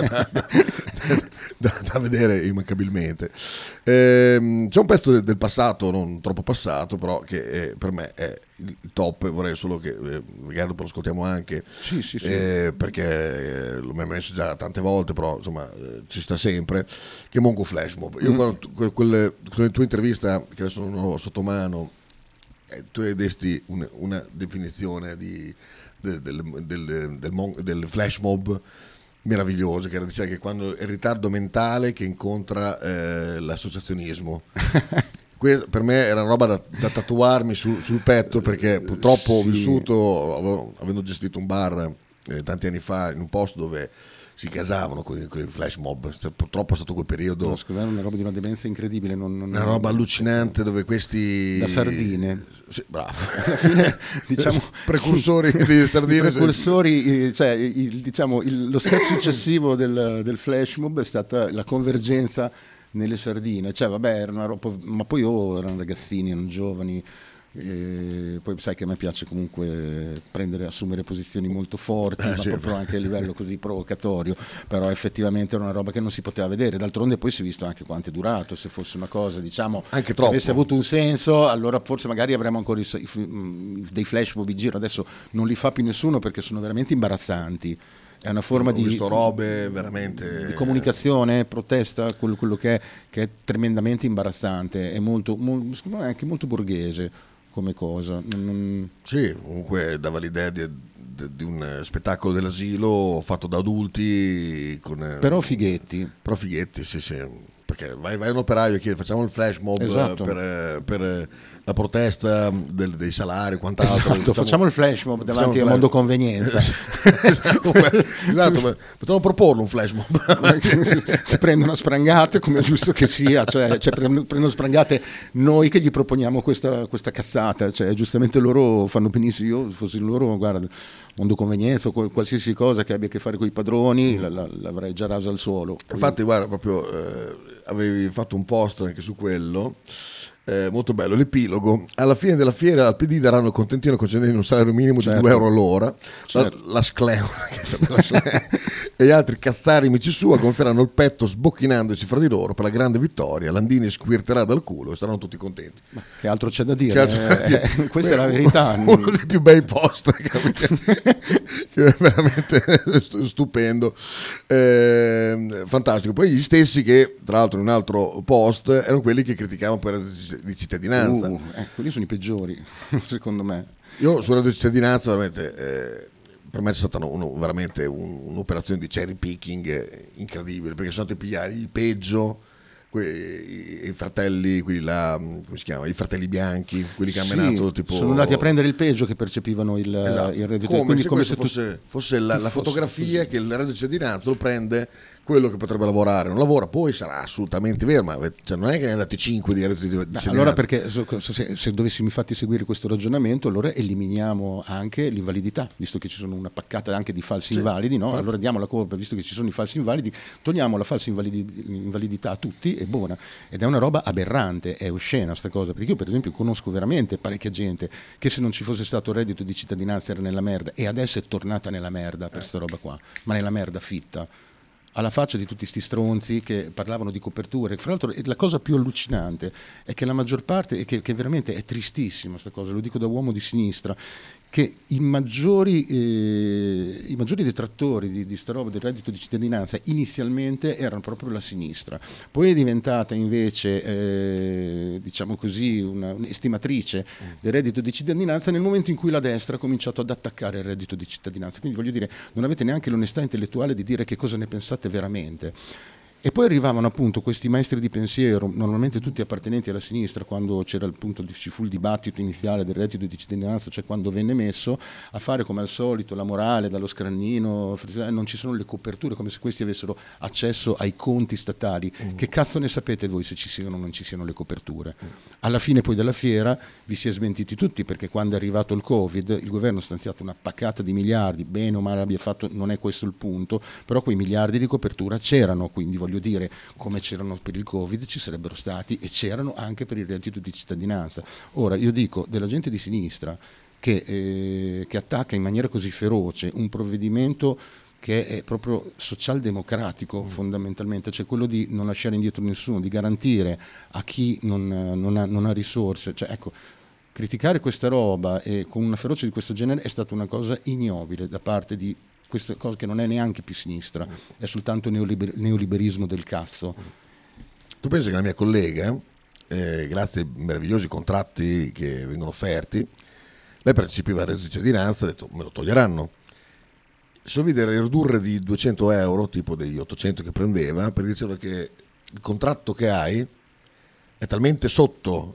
[SPEAKER 1] da vedere immancabilmente. C'è un pezzo del passato, non troppo passato, però che per me è il top. Vorrei solo che magari dopo lo ascoltiamo anche, perché l'ho messo già tante volte, però insomma ci sta sempre, che è Mongo Flash Mob. Io quando nella tua intervista, che adesso non ho sotto mano, tu hai desti una definizione del flash mob meravigliosa, che diceva che quando è il ritardo mentale che incontra l'associazionismo. Per me era una roba da tatuarmi sul petto, perché purtroppo ho vissuto, avendo gestito un bar tanti anni fa in un posto dove si casavano con i flash mob. Purtroppo è stato quel periodo.
[SPEAKER 19] Era una roba di una demenza incredibile.
[SPEAKER 1] Una roba allucinante, dove questi.
[SPEAKER 19] Da sardine.
[SPEAKER 1] Sì, bravo.
[SPEAKER 19] Alla fine, diciamo,
[SPEAKER 1] precursori di sardine.
[SPEAKER 19] Precursori, lo step successivo del flash mob è stata la convergenza nelle sardine. Cioè, vabbè, era una roba, ma poi erano ragazzini, erano giovani. Poi sai che a me piace comunque assumere posizioni molto forti, ma proprio anche a livello così provocatorio. Però effettivamente era una roba che non si poteva vedere. D'altronde poi si è visto anche quanto è durato. Se fosse una cosa, diciamo,
[SPEAKER 1] anche
[SPEAKER 19] che avesse avuto un senso, allora forse magari avremmo ancora dei flash mob in giro. Adesso non li fa più nessuno, perché sono veramente imbarazzanti. È una forma di
[SPEAKER 1] robe veramente
[SPEAKER 19] di comunicazione, protesta, quello che è tremendamente imbarazzante. È molto, secondo me, anche molto borghese come cosa.
[SPEAKER 1] Sì, comunque dava l'idea di un spettacolo dell'asilo fatto da adulti
[SPEAKER 19] però fighetti,
[SPEAKER 1] sì, perché vai un operaio e chiede: facciamo il flash mob, esatto, per la protesta dei salari, quant'altro.
[SPEAKER 19] Esatto, facciamo il flash mob davanti a Mondo Convenienza.
[SPEAKER 1] Esatto, potremmo proporlo un flash mob.
[SPEAKER 19] Ti prendono a sprangate, come è giusto che sia, cioè prendono sprangate noi che gli proponiamo questa cazzata, cioè giustamente loro fanno benissimo. Io fossi loro, guarda, Mondo Convenienza o qualsiasi cosa che abbia a che fare con i padroni l'avrei già rasa al suolo.
[SPEAKER 1] Infatti, guarda, proprio avevi fatto un post anche su quello. Molto bello, l'epilogo: alla fine della fiera al PD daranno contentino concedendo un salario minimo di €2 all'ora. La scleona e gli altri cazzarimici sua gonfieranno il petto sbocchinandosi fra di loro per la grande vittoria. Landini squirterà dal culo e saranno tutti contenti.
[SPEAKER 19] Ma che altro c'è da dire? Questa è la verità.
[SPEAKER 1] Uno dei più bei post che è veramente stupendo, fantastico. Poi gli stessi che, tra l'altro, in un altro post erano quelli che criticavano per di cittadinanza.
[SPEAKER 19] Quelli sono i peggiori, secondo me.
[SPEAKER 1] Io sulla cittadinanza veramente per me è stata veramente un'operazione di cherry picking incredibile, perché sono andati a pigliare il peggio, i fratelli, quelli là, come si chiama? I fratelli bianchi, quelli che hanno menato, tipo.
[SPEAKER 19] Sono andati a prendere il peggio, che percepivano il reddito.
[SPEAKER 1] Come se fosse la fotografia che il reddito di cittadinanza lo prende quello che potrebbe lavorare, non lavora. Poi sarà assolutamente vero, ma non è che ne andate 5 di reddito di cittadinanza.
[SPEAKER 19] Allora, perché se dovessimo infatti seguire questo ragionamento, allora eliminiamo anche l'invalidità, visto che ci sono una paccata anche di falsi invalidi, no? Allora diamo la colpa, visto che ci sono i falsi invalidi, togliamo la falsa invalidità a tutti, è buona. Ed è una roba aberrante, è oscena sta cosa, perché io per esempio conosco veramente parecchia gente che, se non ci fosse stato il reddito di cittadinanza, era nella merda, e adesso è tornata nella merda per sta roba qua, ma nella merda fitta. Alla faccia di tutti sti stronzi che parlavano di coperture. Fra l'altro, la cosa più allucinante è che la maggior parte, che veramente è tristissima sta cosa, lo dico da uomo di sinistra, che i maggiori detrattori di sta roba del reddito di cittadinanza inizialmente erano proprio la sinistra, poi è diventata invece diciamo così un'estimatrice del reddito di cittadinanza nel momento in cui la destra ha cominciato ad attaccare il reddito di cittadinanza. Quindi voglio dire, non avete neanche l'onestà intellettuale di dire che cosa ne pensate veramente. E poi arrivavano appunto questi maestri di pensiero, normalmente tutti appartenenti alla sinistra, quando c'era appunto, ci fu il dibattito iniziale del reddito di cittadinanza, cioè quando venne messo, a fare come al solito la morale dallo scranino, non ci sono le coperture, come se questi avessero accesso ai conti statali. Che cazzo ne sapete voi se ci siano o non ci siano le coperture? Alla fine poi della fiera vi si è smentiti tutti, perché quando è arrivato il Covid il governo ha stanziato una paccata di miliardi, bene o male abbia fatto, non è questo il punto, però quei miliardi di copertura c'erano, quindi voglio dire, come c'erano per il Covid ci sarebbero stati e c'erano anche per il reddito di cittadinanza. Ora io dico della gente di sinistra che attacca in maniera così feroce un provvedimento che è proprio socialdemocratico fondamentalmente, cioè quello di non lasciare indietro nessuno, di garantire a chi non ha risorse, cioè ecco, criticare questa roba e con una ferocia di questo genere è stata una cosa ignobile da parte di questa cosa che non è neanche più sinistra, è soltanto neoliberismo del cazzo.
[SPEAKER 1] Tu pensi che la mia collega, grazie ai meravigliosi contratti che vengono offerti, lei percepiva il reddito di cittadinanza, ha detto me lo toglieranno. Se lo vede ridurre di 200 euro, tipo degli 800 che prendeva, perché diceva che il contratto che hai è talmente sotto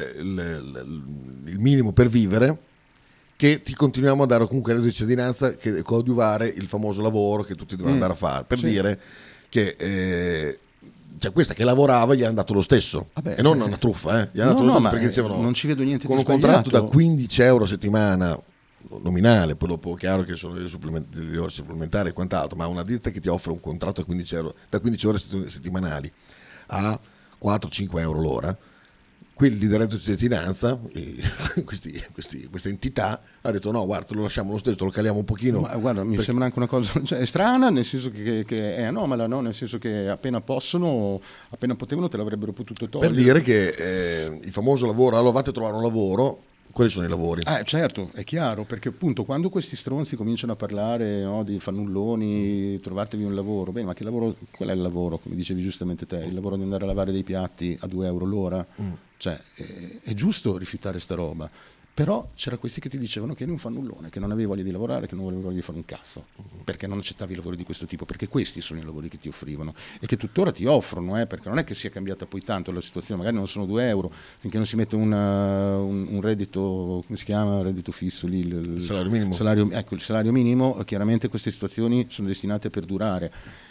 [SPEAKER 1] il minimo per vivere che ti continuiamo a dare comunque il reddito di cittadinanza, che coadiuvare il famoso lavoro che tutti dovevano andare a fare, per dire che cioè questa che lavorava gli hanno dato lo stesso. E non una truffa, gli hanno dato lo stesso, perché dicevano
[SPEAKER 19] non ci vedo niente
[SPEAKER 1] con
[SPEAKER 19] di
[SPEAKER 1] un contratto da 15 euro a settimana nominale, poi dopo chiaro che sono le ore supplementari e quant'altro, ma una ditta che ti offre un contratto da 15 ore settimanali a 4-5 euro l'ora, quelli del reddito di cittadinanza, questa entità ha detto no, guarda, lo lasciamo lo stesso, lo caliamo un pochino.
[SPEAKER 19] Ma guarda, mi sembra anche una cosa, cioè, è strana, nel senso che è anomala, no? Nel senso che appena potevano te l'avrebbero potuto togliere.
[SPEAKER 1] Per dire che il famoso lavoro, allora vate a trovare un lavoro, quelli sono i lavori.
[SPEAKER 19] Certo, è chiaro, perché appunto quando questi stronzi cominciano a parlare, no, di fannulloni, trovatevi un lavoro, bene, ma che lavoro, qual è il lavoro, come dicevi giustamente te, il lavoro di andare a lavare dei piatti a 2 euro l'ora? Cioè è giusto rifiutare sta roba, però c'era questi che ti dicevano che eri un fannullone, che non avevi voglia di lavorare, che non avevi voglia di fare un cazzo, perché non accettavi lavori di questo tipo, perché questi sono i lavori che ti offrivano e che tuttora ti offrono, perché non è che sia cambiata poi tanto la situazione, magari non sono 2 euro, finché non si mette un reddito, come si chiama, reddito fisso lì, il
[SPEAKER 1] salario minimo.
[SPEAKER 19] Ecco, il salario minimo, chiaramente queste situazioni sono destinate a perdurare.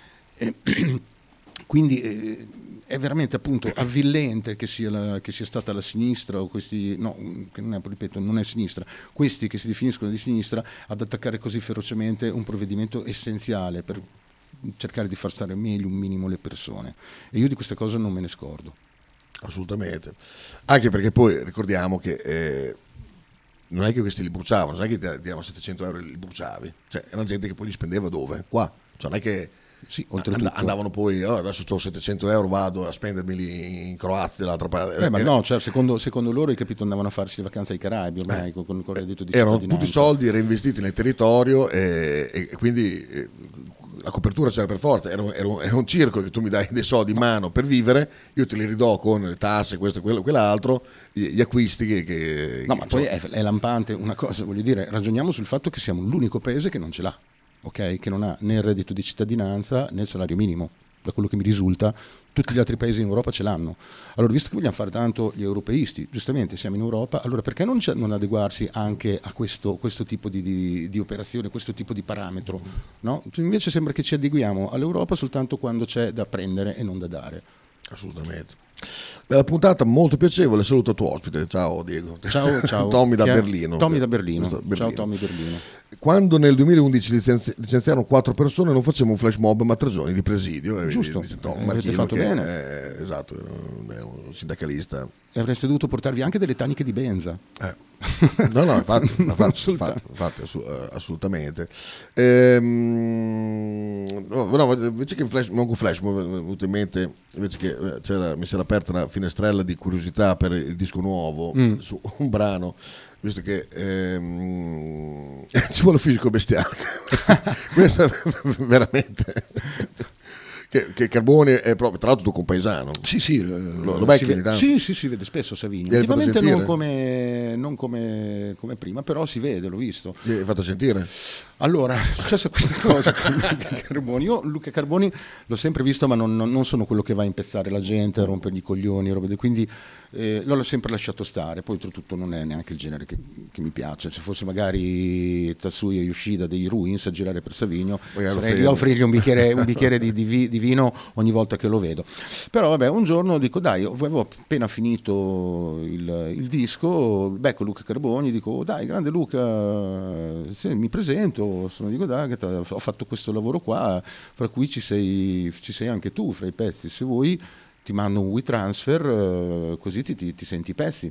[SPEAKER 19] Quindi è veramente appunto avvillente che sia stata la sinistra o questi, no, che non è, ripeto, non è sinistra, questi che si definiscono di sinistra ad attaccare così ferocemente un provvedimento essenziale per cercare di far stare meglio un minimo le persone, e io di questa cosa non me ne scordo.
[SPEAKER 1] Assolutamente, anche perché poi ricordiamo che non è che questi li bruciavano, non è che ti diamo 700 euro e li bruciavi, cioè era gente che poi li spendeva dove? Qua, cioè non è che andavano poi adesso ho 700 euro, vado a spendermeli in Croazia dall'altra parte.
[SPEAKER 19] Ma no, cioè, secondo loro, hai capito, andavano a farsi le vacanze ai Caraibi ormai con il reddito di
[SPEAKER 1] erano
[SPEAKER 19] cittadinanza.
[SPEAKER 1] tutti soldi reinvestiti nel territorio e quindi la copertura c'era per forza, era un circo che tu mi dai dei soldi in mano per vivere, io te li ridò con le tasse, questo, quello, quell'altro, gli acquisti che
[SPEAKER 19] no, ma poi è lampante una cosa, voglio dire, ragioniamo sul fatto che siamo l'unico paese che non ce l'ha. Okay? Che non ha né il reddito di cittadinanza né il salario minimo, da quello che mi risulta tutti gli altri paesi in Europa ce l'hanno. Allora, visto che vogliamo fare tanto gli europeisti, giustamente siamo in Europa, allora perché non adeguarsi anche a questo tipo di operazione, questo tipo di parametro? No? Invece sembra che ci adeguiamo all'Europa soltanto quando c'è da prendere e non da dare.
[SPEAKER 1] Assolutamente. Bella puntata, molto piacevole, saluto il tuo ospite. Ciao Diego.
[SPEAKER 19] Ciao.
[SPEAKER 1] Tommy da Berlino.
[SPEAKER 19] Ciao Tommy Berlino.
[SPEAKER 1] Quando nel 2011 licenziarono 4 persone non facevamo un flash mob ma 3 giorni di presidio.
[SPEAKER 19] Giusto,
[SPEAKER 1] dice
[SPEAKER 19] avete fatto bene.
[SPEAKER 1] Esatto, è un sindacalista
[SPEAKER 19] e avreste dovuto portarvi anche delle taniche di benza.
[SPEAKER 1] No, infatti, assolutamente. No, invece che non con Flash, mi è venuto in mente invece che mi si era aperta una finestrella di curiosità per il disco nuovo su un brano, visto che ci vuole fisico bestiale. Questo è veramente. Che Carboni è proprio, tra l'altro, tuo compaesano.
[SPEAKER 19] Sì,
[SPEAKER 1] lo becchi ogni tanto.
[SPEAKER 19] Sì, vede spesso Savigno. Ultimamente non come prima, però si vede, l'ho visto.
[SPEAKER 1] Gli hai fatto sentire?
[SPEAKER 19] Allora, è successa questa cosa con Luca Carboni. Io Luca Carboni l'ho sempre visto, ma non sono quello che va a impezzare la gente, a rompergli i coglioni, quindi l'ho sempre lasciato stare. Poi oltretutto non è neanche il genere che mi piace. Se fosse magari Tatsuya Yoshida dei Ruins a girare per Savigno, sarei di offrirgli un bicchiere di vino ogni volta che lo vedo. Però vabbè, un giorno dico dai, avevo appena finito il disco, becco Luca Carboni, dico dai, grande Luca, mi presento, sono di Godagata, ho fatto questo lavoro qua, fra cui ci sei anche tu fra i pezzi, se vuoi ti mando un WeTransfer, così ti senti i pezzi.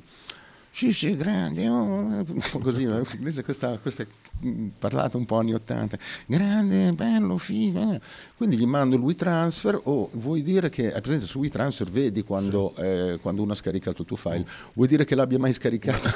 [SPEAKER 19] Sì, grande, così, questa parlata un po' anni 80, grande, bello, figo, quindi gli mando il WeTransfer, vuoi dire che, è presente su WeTransfer, vedi quando uno ha scaricato il tuo file, vuoi dire che l'abbia mai scaricato?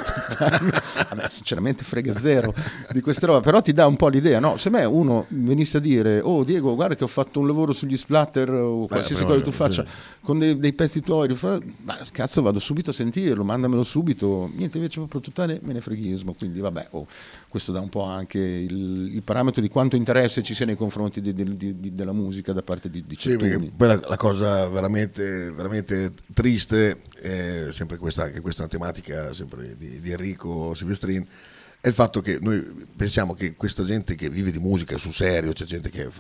[SPEAKER 19] Vabbè, sinceramente frega zero di questa roba, però ti dà un po' l'idea, no? Se me uno venisse a dire, Diego, guarda che ho fatto un lavoro sugli splatter o qualsiasi cosa tu faccia, con dei pezzi tuoi, cazzo, vado subito a sentirlo, mandamelo subito. Niente, invece proprio totale menefreghismo, quindi vabbè, questo dà un po' anche il parametro di quanto interesse ci sia nei confronti della musica da parte di certuni.
[SPEAKER 1] Perché poi la cosa veramente, veramente triste è sempre questa, che questa è una tematica sempre di Enrico Silvestrin, è il fatto che noi pensiamo che questa gente che vive di musica sul serio, c'è gente che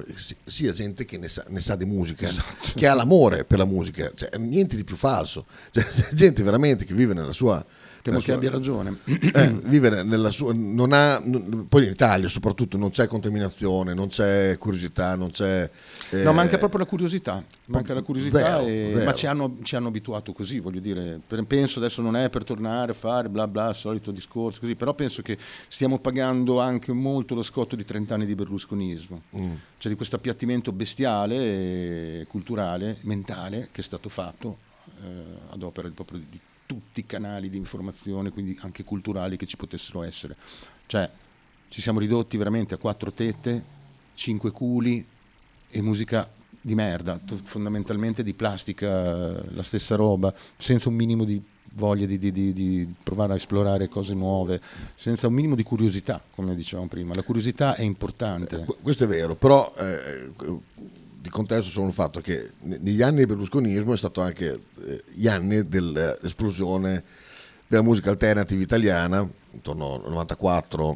[SPEAKER 1] sia gente che ne sa di musica, esatto, che ha l'amore per la musica, cioè, niente di più falso, cioè, gente veramente che vive nella sua...
[SPEAKER 19] Temo che abbia ragione.
[SPEAKER 1] Vivere nella sua... poi in Italia soprattutto non c'è contaminazione, non c'è curiosità, non c'è...
[SPEAKER 19] No, manca proprio la curiosità. Manca la curiosità,
[SPEAKER 1] zero.
[SPEAKER 19] Ma ci hanno abituato così, voglio dire. Penso adesso non è per tornare a fare bla bla, solito discorso, così, però penso che stiamo pagando anche molto lo scotto di 30 anni di berlusconismo. Cioè di questo appiattimento bestiale, culturale, mentale, che è stato fatto ad opera proprio di tutti i canali di informazione, quindi anche culturali, che ci potessero essere. Cioè ci siamo ridotti veramente a 4 tette, 5 culi e musica di merda, fondamentalmente di plastica, la stessa roba, senza un minimo di voglia di provare a esplorare cose nuove, senza un minimo di curiosità, come dicevamo prima. La curiosità è importante.
[SPEAKER 1] Questo è vero, però di contesto sono il fatto che negli anni del berlusconismo è stato anche gli anni dell'esplosione della musica alternative italiana, intorno al 94,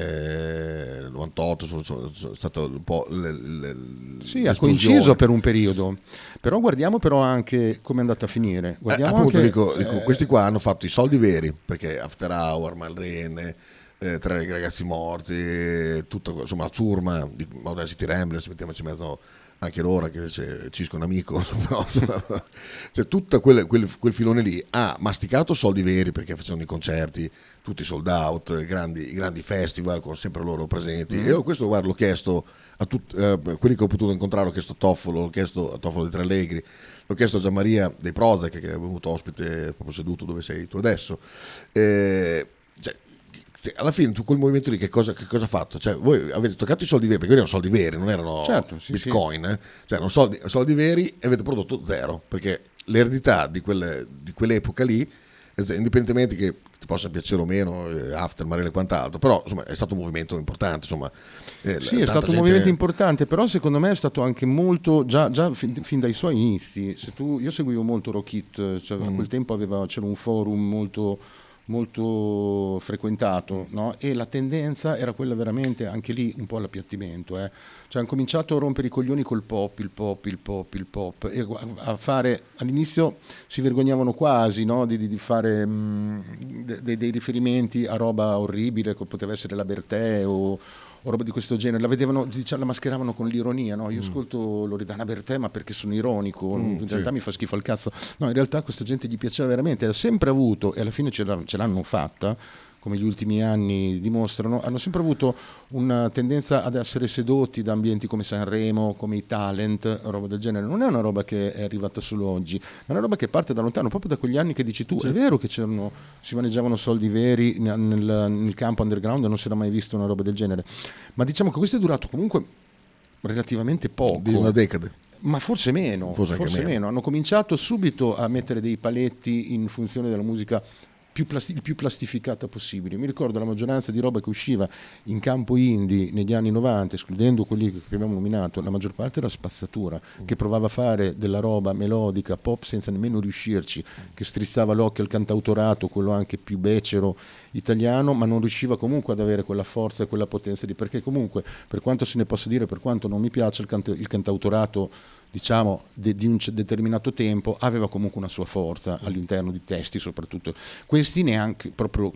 [SPEAKER 1] 98 sono stato un po'
[SPEAKER 19] sì, ha coinciso per un periodo, però guardiamo però anche come è andata a finire.
[SPEAKER 1] Appunto anche, dico, questi qua hanno fatto i soldi veri, perché After Hour, Malrene, Tre ragazzi morti, tutto, insomma la ciurma di Modern City Ramblers, mettiamoci in mezzo anche l'ora che c'è Cisco un amico, però, cioè, tutto quel filone lì ha masticato soldi veri, perché facevano i concerti tutti sold out, i grandi festival con sempre loro presenti. E io questo, guarda, l'ho chiesto a quelli che ho potuto incontrare, l'ho chiesto a Toffolo, l'ho chiesto a Toffolo di Tre Allegri, l'ho chiesto a Gianmaria dei Prozac, che è venuto ospite proprio seduto dove sei tu adesso. Alla fine tu quel movimento lì che cosa ha fatto? Cioè, voi avete toccato i soldi veri, perché erano soldi veri, non erano bitcoin, sì. Cioè erano soldi veri, e avete prodotto zero, perché l'eredità di quell'epoca lì, indipendentemente che ti possa piacere o meno, After, Marelle e quant'altro, però insomma è stato un movimento importante, insomma.
[SPEAKER 19] Sì, è stato un movimento importante, però secondo me è stato anche molto, già fin dai suoi inizi. Io seguivo molto Rock It, cioè, a quel tempo c'era un forum molto frequentato, no? E la tendenza era quella veramente, anche lì un po' all'appiattimento, Cioè hanno cominciato a rompere i coglioni col il pop, e a fare, all'inizio si vergognavano quasi, no? di fare dei riferimenti a roba orribile, come poteva essere la Bertè o o roba di questo genere, la vedevano, la mascheravano con l'ironia, no? Io ascolto Loredana Bertè ma perché sono ironico, in realtà mi fa schifo al cazzo. No, in realtà questa gente gli piaceva veramente, ha sempre avuto, e alla fine ce l'hanno fatta, come gli ultimi anni dimostrano, hanno sempre avuto una tendenza ad essere sedotti da ambienti come Sanremo, come i talent, roba del genere. Non è una roba che è arrivata solo oggi, è una roba che parte da lontano, proprio da quegli anni che dici tu. È vero che si maneggiavano soldi veri nel campo underground, non si era mai visto una roba del genere, ma diciamo che questo è durato comunque relativamente poco.
[SPEAKER 1] Di una decade.
[SPEAKER 19] Ma forse meno, forse meno. Hanno cominciato subito a mettere dei paletti in funzione della musica il più plastificata possibile. Mi ricordo la maggioranza di roba che usciva in campo indie negli anni 90, escludendo quelli che abbiamo nominato, la maggior parte era spazzatura, che provava a fare della roba melodica, pop senza nemmeno riuscirci, che strizzava l'occhio al cantautorato, quello anche più becero italiano, ma non riusciva comunque ad avere quella forza e quella potenza perché comunque, per quanto se ne possa dire, per quanto non mi piace il cantautorato, diciamo, di un determinato tempo, aveva comunque una sua forza all'interno di testi, soprattutto questi neanche proprio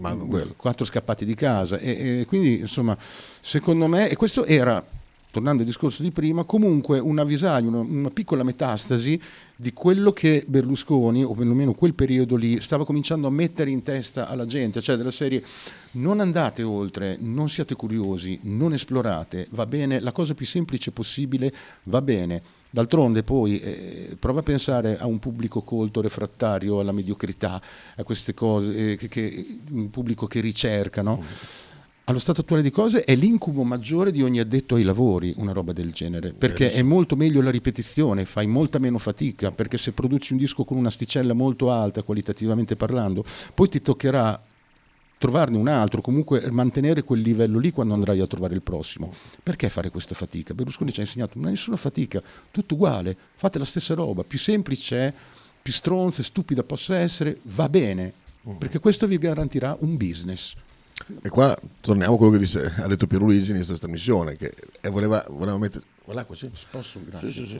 [SPEAKER 19] 4 scappati di casa e quindi insomma secondo me, e questo era, tornando al discorso di prima, comunque una visaglia, una piccola metastasi di quello che Berlusconi, o perlomeno quel periodo lì, stava cominciando a mettere in testa alla gente, cioè della serie: non andate oltre, non siate curiosi, non esplorate, va bene, la cosa più semplice possibile va bene. D'altronde poi prova a pensare a un pubblico colto, refrattario alla mediocrità, a queste cose, un pubblico che ricerca, no? Allo stato attuale di cose è l'incubo maggiore di ogni addetto ai lavori una roba del genere, perché è molto meglio la ripetizione, fai molta meno fatica, perché se produci un disco con un'asticella molto alta qualitativamente parlando, poi ti toccherà trovarne un altro, comunque mantenere quel livello lì quando andrai a trovare il prossimo. Perché fare questa fatica? Berlusconi ci ha insegnato: non è nessuna fatica, tutto uguale, fate la stessa roba, più semplice è, più stronza e stupida possa essere, va bene, perché questo vi garantirà un business.
[SPEAKER 1] E qua torniamo a quello che ha detto Pierluigi in questa trasmissione, che voleva mettere... L'acqua c'è?
[SPEAKER 19] Posso? Grazie.
[SPEAKER 1] Sì.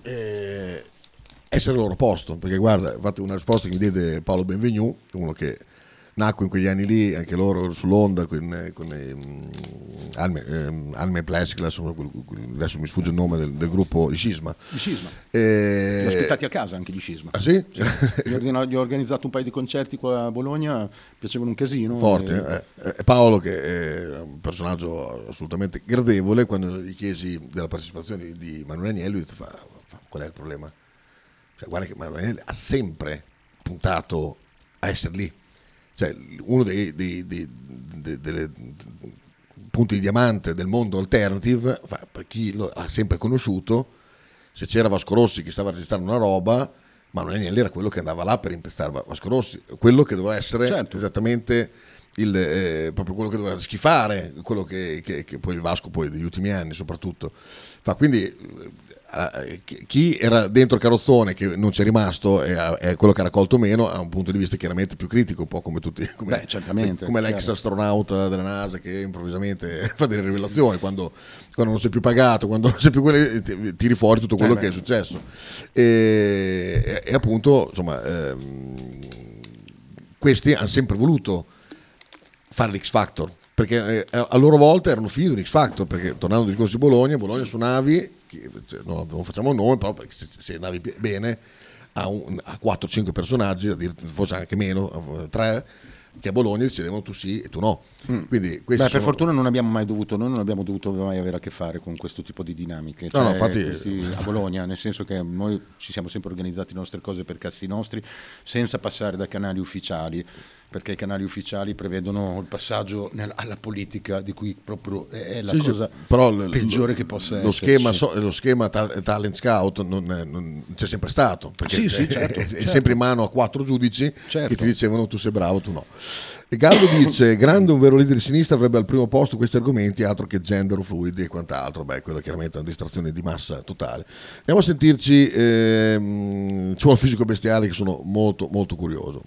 [SPEAKER 1] Essere al loro posto, perché guarda, infatti una risposta che mi diede Paolo Benvenu, uno che nacque in quegli anni lì, anche loro sull'onda con Alme Plexiglass, adesso mi sfugge il nome del gruppo, di Scisma.
[SPEAKER 19] Li ho aspettati a casa anche di Scisma.
[SPEAKER 1] Ah sì?
[SPEAKER 19] Gli ho organizzato un paio di concerti qua a Bologna, piacevano un casino.
[SPEAKER 1] Forte. E Paolo, che è un personaggio assolutamente gradevole, quando gli chiesi della partecipazione di Manuel Agnelli, ho detto: qual è il problema? Cioè, guarda che Manuel Agnelli ha sempre puntato a essere lì. Cioè, uno dei punti di diamante del mondo alternative, per chi lo ha sempre conosciuto, se c'era Vasco Rossi che stava registrando una roba, Manuel Agnelli era quello che andava là per impestare Vasco Rossi, quello che doveva essere esattamente proprio quello che doveva schifare, quello che poi il Vasco poi degli ultimi anni soprattutto quindi chi era dentro il carrozzone, che non c'è rimasto, è quello che ha raccolto meno, ha un punto di vista chiaramente più critico, un po' come tutti,
[SPEAKER 19] certamente,
[SPEAKER 1] come l'ex astronauta della NASA che improvvisamente fa delle rivelazioni quando non sei più pagato, quando non sei più quello, tiri fuori tutto quello che è successo e appunto insomma questi hanno sempre voluto fare l'X Factor, perché a loro volta erano figli di un X Factor, perché tornando al discorso di Bologna su navi, non facciamo nome, però perché se navi bene a 4-5 personaggi, forse anche meno, 3, che a Bologna decidevano tu sì e tu no. Quindi
[SPEAKER 19] per fortuna non abbiamo mai dovuto mai avere a che fare con questo tipo di dinamiche,
[SPEAKER 1] no, infatti,
[SPEAKER 19] a Bologna, nel senso che noi ci siamo sempre organizzati le nostre cose per cazzi nostri, senza passare da canali ufficiali, perché i canali ufficiali prevedono il passaggio alla politica, di cui proprio è la cosa peggiore che possa essere.
[SPEAKER 1] Lo schema Talent Scout non c'è sempre stato, perché
[SPEAKER 19] certo.
[SPEAKER 1] È sempre in mano a 4 giudici che ti dicevano tu sei bravo, tu no. E Gallo dice: grande, un vero leader di sinistra avrebbe al primo posto questi argomenti, altro che gender fluidi e quant'altro. Quello chiaramente è una distrazione di massa totale. Andiamo a sentirci ci vuole un fisico bestiale, che sono molto molto curioso.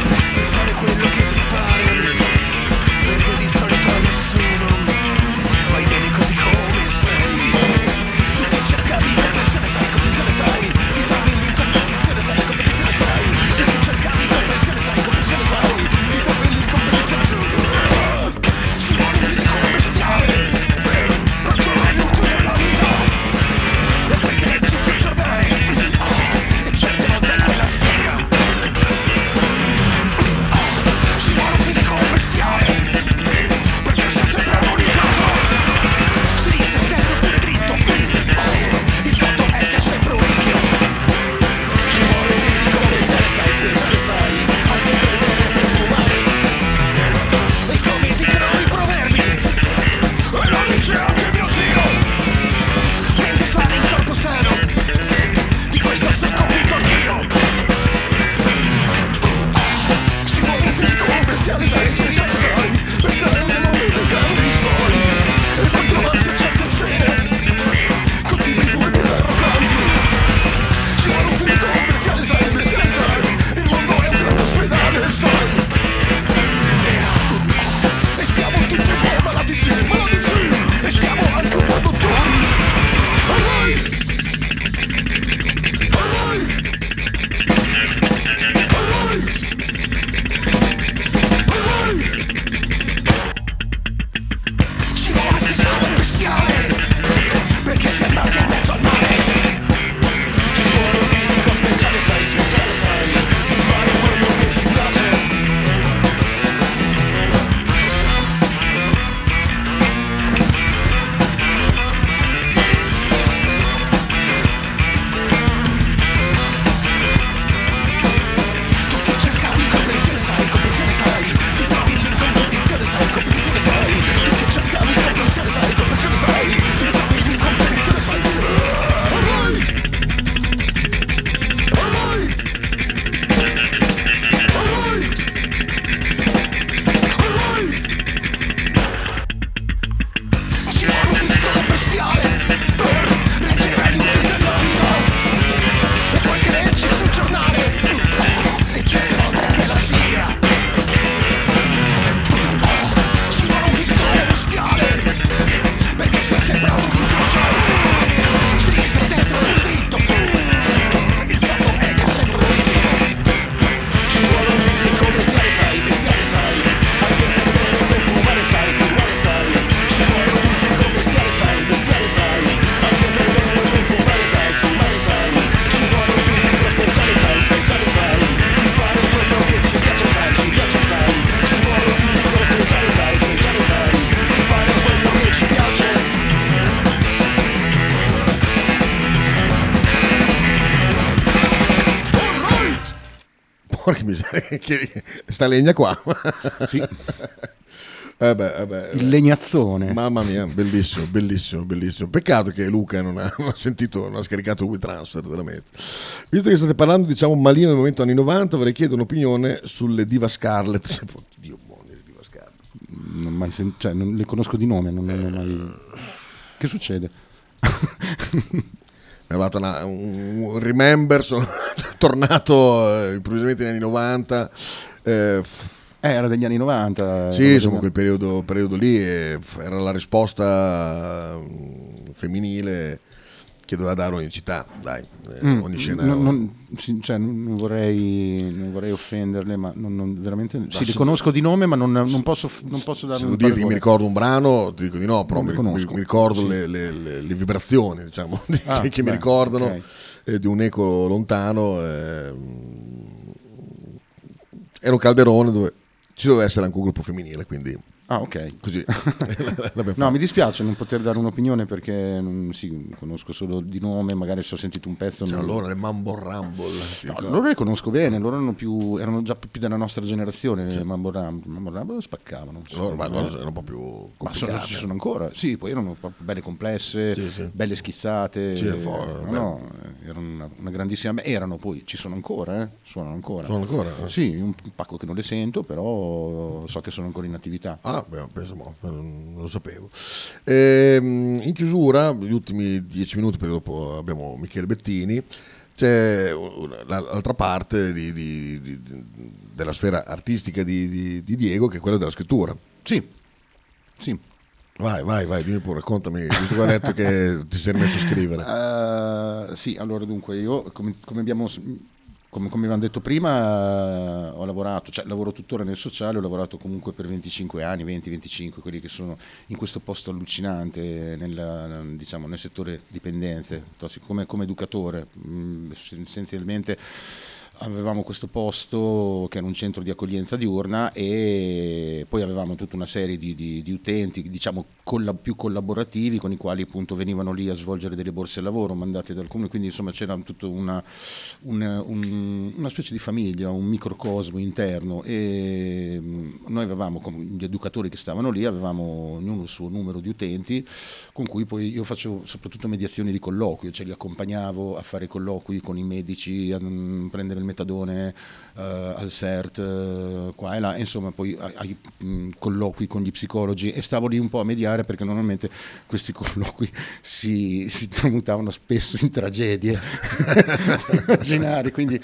[SPEAKER 21] Quello che ti pare, perché di solito a nessuno
[SPEAKER 1] Porca miseria, che sta legna qua.
[SPEAKER 19] Sì.
[SPEAKER 1] Il
[SPEAKER 19] legnazzone.
[SPEAKER 1] Mamma mia, bellissimo. Peccato che Luca non ha sentito, non ha scaricato WeTransfer, veramente. Visto che state parlando, diciamo, malino del momento anni 90, vorrei chiedere un'opinione sulle Diva Scarlett. Dio buono, Diva Scarlett.
[SPEAKER 19] Non le conosco di nome, non mai... Che succede?
[SPEAKER 1] Mi è arrivato un remember, sono tornato improvvisamente negli anni 90.
[SPEAKER 19] Era degli anni 90.
[SPEAKER 1] Sì, insomma, quel periodo lì era la risposta femminile che doveva dare ogni città, dai, ogni scena.
[SPEAKER 19] Non vorrei offenderle, ma veramente sì, li conosco di nome, ma non posso dare un
[SPEAKER 1] dirti che mi ricordo un brano, ti dico di no, però mi ricordo sì. le vibrazioni, diciamo, che mi ricordano, okay. Di un eco lontano. Era un calderone dove ci doveva essere anche un gruppo femminile, quindi
[SPEAKER 19] ok,
[SPEAKER 1] così.
[SPEAKER 19] No, mi dispiace non poter dare un'opinione perché conosco solo di nome, magari se ho sentito un pezzo.
[SPEAKER 1] Allora le Mambo Rumble,
[SPEAKER 19] loro le conosco bene, loro erano già più della nostra generazione. Sì. Mambo Rumble spaccavano.
[SPEAKER 1] Loro erano un po' più complicate.
[SPEAKER 19] Ma ci sono ancora, sì, poi erano belle complesse, sì. Belle schizzate. Sì, erano una grandissima. Erano, poi ci sono ancora, suonano ancora.
[SPEAKER 1] Sono ancora?
[SPEAKER 19] Sì, un pacco che non le sento, però so che sono ancora in attività.
[SPEAKER 1] Penso, non lo sapevo. In chiusura, gli ultimi 10 minuti, perché dopo abbiamo Michele Bettini, c'è l'altra parte della sfera artistica di Diego, che è quella della scrittura.
[SPEAKER 19] Sì.
[SPEAKER 1] Vai, dimmi pure, raccontami, visto che ho letto che ti sei messo a scrivere.
[SPEAKER 19] Sì, allora dunque io, come abbiamo detto prima, ho lavorato, lavoro tuttora nel sociale, ho lavorato comunque per 25 anni, 20-25, quelli che sono in questo posto allucinante nel settore dipendenze, come educatore. Essenzialmente avevamo questo posto che era un centro di accoglienza diurna e poi avevamo tutta una serie di utenti, diciamo più collaborativi, con i quali appunto venivano lì a svolgere delle borse lavoro mandate dal comune, quindi insomma c'era tutta una specie di famiglia, un microcosmo interno, e noi avevamo, gli educatori che stavano lì, avevamo ognuno il suo numero di utenti con cui poi io facevo soprattutto mediazioni di colloquio, li accompagnavo a fare colloqui con i medici, a prendere il metadone al CERT, qua e là, insomma poi ai colloqui con gli psicologi, e stavo lì un po' a mediare, perché normalmente questi colloqui si tramutavano spesso in tragedie immaginari, quindi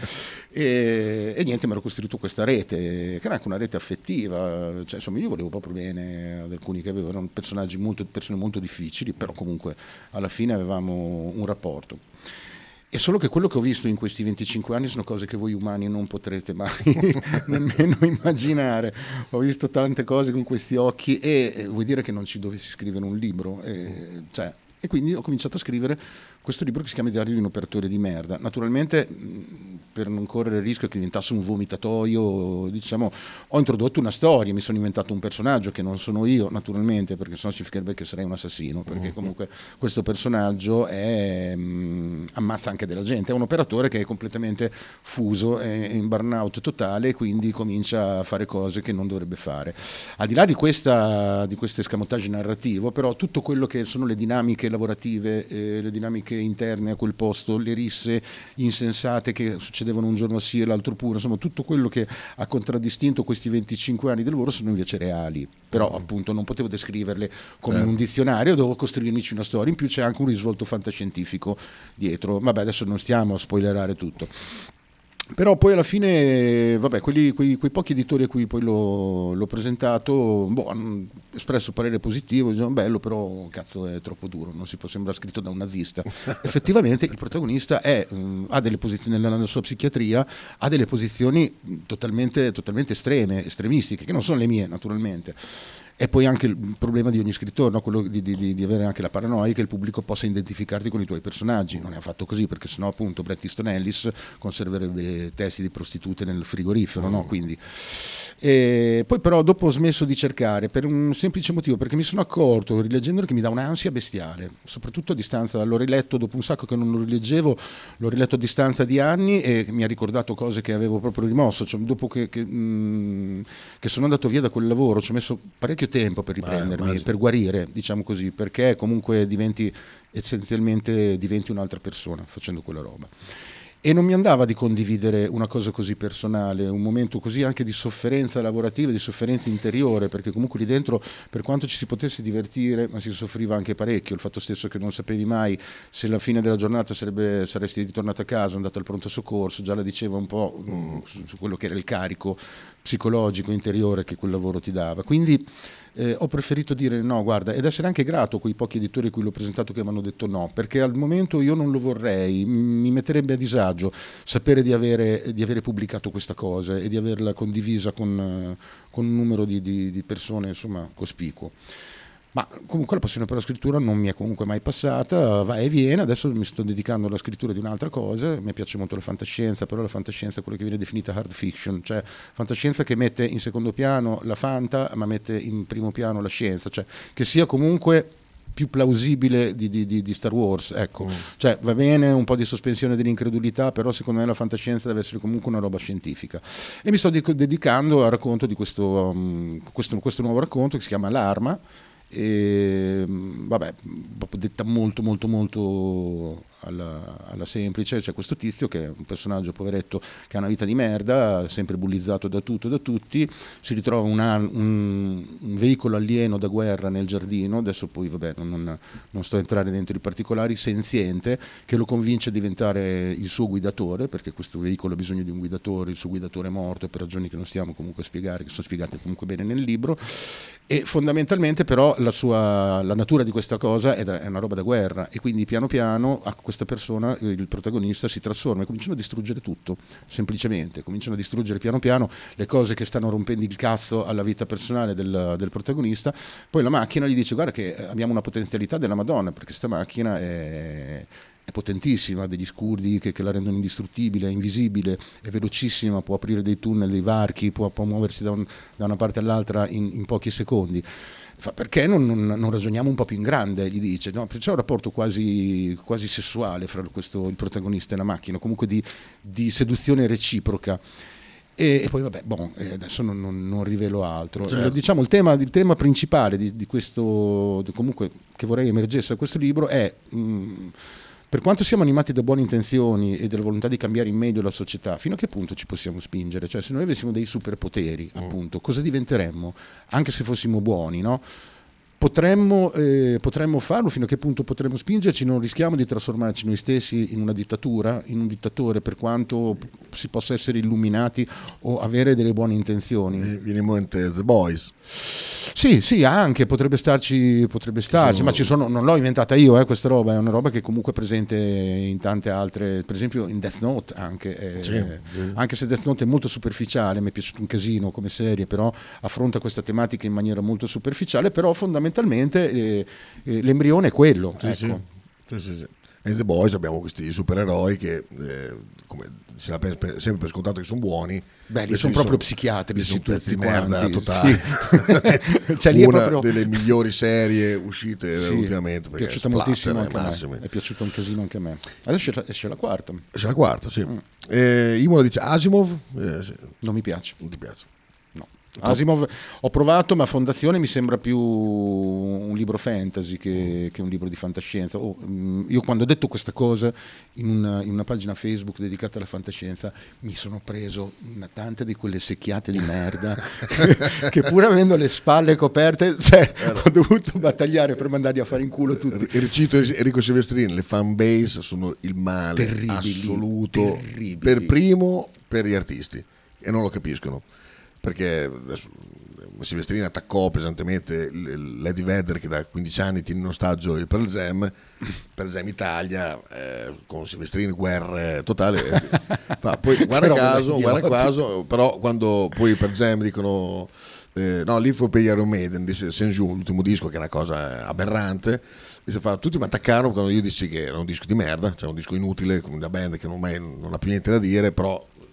[SPEAKER 19] e niente, mi ero costruito questa rete, che era anche una rete affettiva, insomma io volevo proprio bene ad alcuni che avevano persone molto difficili, però comunque alla fine avevamo un rapporto. È solo che quello che ho visto in questi 25 anni sono cose che voi umani non potrete mai nemmeno immaginare. Ho visto tante cose con questi occhi e vuol dire che non ci dovessi scrivere un libro. E quindi ho cominciato a scrivere questo libro che si chiama Diario di un operatore di merda. Naturalmente, per non correre il rischio che diventasse un vomitatoio, diciamo, ho introdotto una storia, mi sono inventato un personaggio che non sono io, naturalmente, perché sennò significherebbe che sarei un assassino, perché comunque questo personaggio ammazza anche della gente, è un operatore che è completamente fuso, è in burnout totale, e quindi comincia a fare cose che non dovrebbe fare. Al di là di questo escamotage narrativo, però tutto quello che sono le dinamiche lavorative, le dinamiche interne a quel posto, le risse insensate che succedevano un giorno sì e l'altro pure, insomma tutto quello che ha contraddistinto questi 25 anni di lavoro sono invece reali, però appunto non potevo descriverle come in un dizionario, dovevo costruirmici una storia, in più c'è anche un risvolto fantascientifico dietro. Vabbè, adesso non stiamo a spoilerare tutto. Però poi alla fine, quei pochi editori a cui poi l'ho presentato, hanno espresso parere positivo, dicevano bello, però cazzo è troppo duro, non si può, sembra scritto da un nazista. Effettivamente il protagonista ha delle posizioni nella sua psichiatria, ha delle posizioni totalmente estremistiche, che non sono le mie naturalmente. E poi anche il problema di ogni scrittore, no? Quello di avere anche la paranoia che il pubblico possa identificarti con i tuoi personaggi. Non è affatto così, perché sennò appunto Bret Easton Ellis conserverebbe testi di prostitute nel frigorifero, no? Quindi,
[SPEAKER 4] E poi però dopo ho smesso di cercare per un semplice motivo, perché mi sono accorto rileggendolo che mi dà un'ansia bestiale, soprattutto a distanza. L'ho riletto dopo un sacco che non lo rileggevo, l'ho riletto a distanza di anni e mi ha ricordato cose che avevo proprio rimosso, cioè, dopo che sono andato via da quel lavoro ci ho messo parecchio tempo per riprendermi, per guarire, diciamo così, perché comunque diventi un'altra persona facendo quella roba. E non mi andava di condividere una cosa così personale, un momento così anche di sofferenza lavorativa, di sofferenza interiore, perché comunque lì dentro, per quanto ci si potesse divertire, ma si soffriva anche parecchio. Il fatto stesso che non sapevi mai se alla fine della giornata saresti ritornato a casa, andato al pronto soccorso, già la diceva un po' su quello che era il carico psicologico interiore che quel lavoro ti dava. Quindi ho preferito dire no, guarda, ed essere anche grato a quei pochi editori a cui l'ho presentato che mi hanno detto no, perché al momento io non lo vorrei, mi metterebbe a disagio sapere di avere pubblicato questa cosa e di averla condivisa con un numero di persone, insomma, cospicuo. Ma comunque la passione per la scrittura non mi è comunque mai passata, va e viene. Adesso mi sto dedicando alla scrittura di un'altra cosa. Mi piace molto la fantascienza, però la fantascienza è quello che viene definita hard fiction, cioè fantascienza che mette in secondo piano la fanta ma mette in primo piano la scienza, cioè che sia comunque più plausibile di Star Wars, ecco. Cioè va bene un po' di sospensione dell'incredulità, però secondo me la fantascienza deve essere comunque una roba scientifica, e mi sto dedicando al racconto di questo nuovo racconto che si chiama L'Arma. E vabbè, detta molto molto molto alla semplice, c'è questo tizio che è un personaggio poveretto che ha una vita di merda, sempre bullizzato da tutto e da tutti, si ritrova un veicolo alieno da guerra nel giardino, adesso poi vabbè non sto a entrare dentro i particolari, senziente, che lo convince a diventare il suo guidatore, perché questo veicolo ha bisogno di un guidatore, il suo guidatore è morto per ragioni che non stiamo comunque a spiegare, che sono spiegate comunque bene nel libro, e fondamentalmente però la natura di questa cosa è una roba da guerra, e quindi piano piano a questa persona, il protagonista, si trasforma e cominciano a distruggere tutto, semplicemente cominciano a distruggere piano piano le cose che stanno rompendo il cazzo alla vita personale del protagonista. Poi la macchina gli dice: guarda che abbiamo una potenzialità della Madonna, perché sta macchina è potentissima, ha degli scudi che la rendono indistruttibile, è invisibile, è velocissima, può aprire dei tunnel, dei varchi, può muoversi da una parte all'altra in pochi secondi. Perché non ragioniamo un po' più in grande, gli dice, no? C'è un rapporto quasi sessuale fra il protagonista e la macchina, comunque di seduzione reciproca. E poi vabbè, adesso non rivelo altro.
[SPEAKER 1] Certo.
[SPEAKER 4] Diciamo il tema principale di questo, comunque, che vorrei emergesse da questo libro è per quanto siamo animati da buone intenzioni e dalla volontà di cambiare in meglio la società, fino a che punto ci possiamo spingere? Cioè, se noi avessimo dei superpoteri, appunto, cosa diventeremmo? Anche se fossimo buoni, no? Potremmo farlo, fino a che punto potremmo spingerci? Non rischiamo di trasformarci noi stessi in una dittatura, in un dittatore, per quanto si possa essere illuminati o avere delle buone intenzioni.
[SPEAKER 1] Viene in mente The Boys.
[SPEAKER 4] Sì, anche potrebbe starci, ma ci sono, non l'ho inventata io, questa roba è una roba che comunque è presente in tante altre, per esempio in Death Note anche,
[SPEAKER 1] sì.
[SPEAKER 4] Anche se Death Note è molto superficiale, mi è piaciuto un casino come serie, però affronta questa tematica in maniera molto superficiale, però fondamentalmente l'embrione è quello.
[SPEAKER 1] Sì. In The Boys abbiamo questi supereroi che come si dà sempre per scontato che sono buoni.
[SPEAKER 4] Beh, sono proprio psichiatri,
[SPEAKER 1] sono
[SPEAKER 4] tutti
[SPEAKER 1] pezzi di merda totali.
[SPEAKER 4] Sì. Cioè, lì
[SPEAKER 1] una
[SPEAKER 4] è proprio
[SPEAKER 1] delle migliori serie uscite ultimamente.
[SPEAKER 4] È piaciuta moltissimo anche a
[SPEAKER 1] me.
[SPEAKER 4] È piaciuto un casino anche a me. Adesso esce la quarta.
[SPEAKER 1] Esce la quarta, sì. Imola dice Asimov. Sì.
[SPEAKER 4] Non mi piace.
[SPEAKER 1] Non ti piace?
[SPEAKER 4] No. Asimov ho provato, ma Fondazione mi sembra più un libro fantasy che un libro di fantascienza. Io quando ho detto questa cosa in una pagina Facebook dedicata alla fantascienza mi sono preso tante di quelle secchiate di merda che pur avendo le spalle coperte, ho dovuto battagliare per mandarli a fare in culo tutti.
[SPEAKER 1] Recito Enrico Silvestrini: le fan base sono il male assoluto, per primo per gli artisti, e non lo capiscono. Perché adesso Silvestrini attaccò pesantemente Lady Vedder, che da 15 anni tiene in ostaggio il Pearl Jam Italia, con Silvestrini guerra totale. Poi guarda caso, però quando poi Pearl Jam dicono no, lì fu per Iron Maiden, disse Senju, l'ultimo disco, che è una cosa aberrante, tutti mi attaccarono quando io dissi che era un disco di merda, cioè un disco inutile, come una band che non ha più niente da dire, però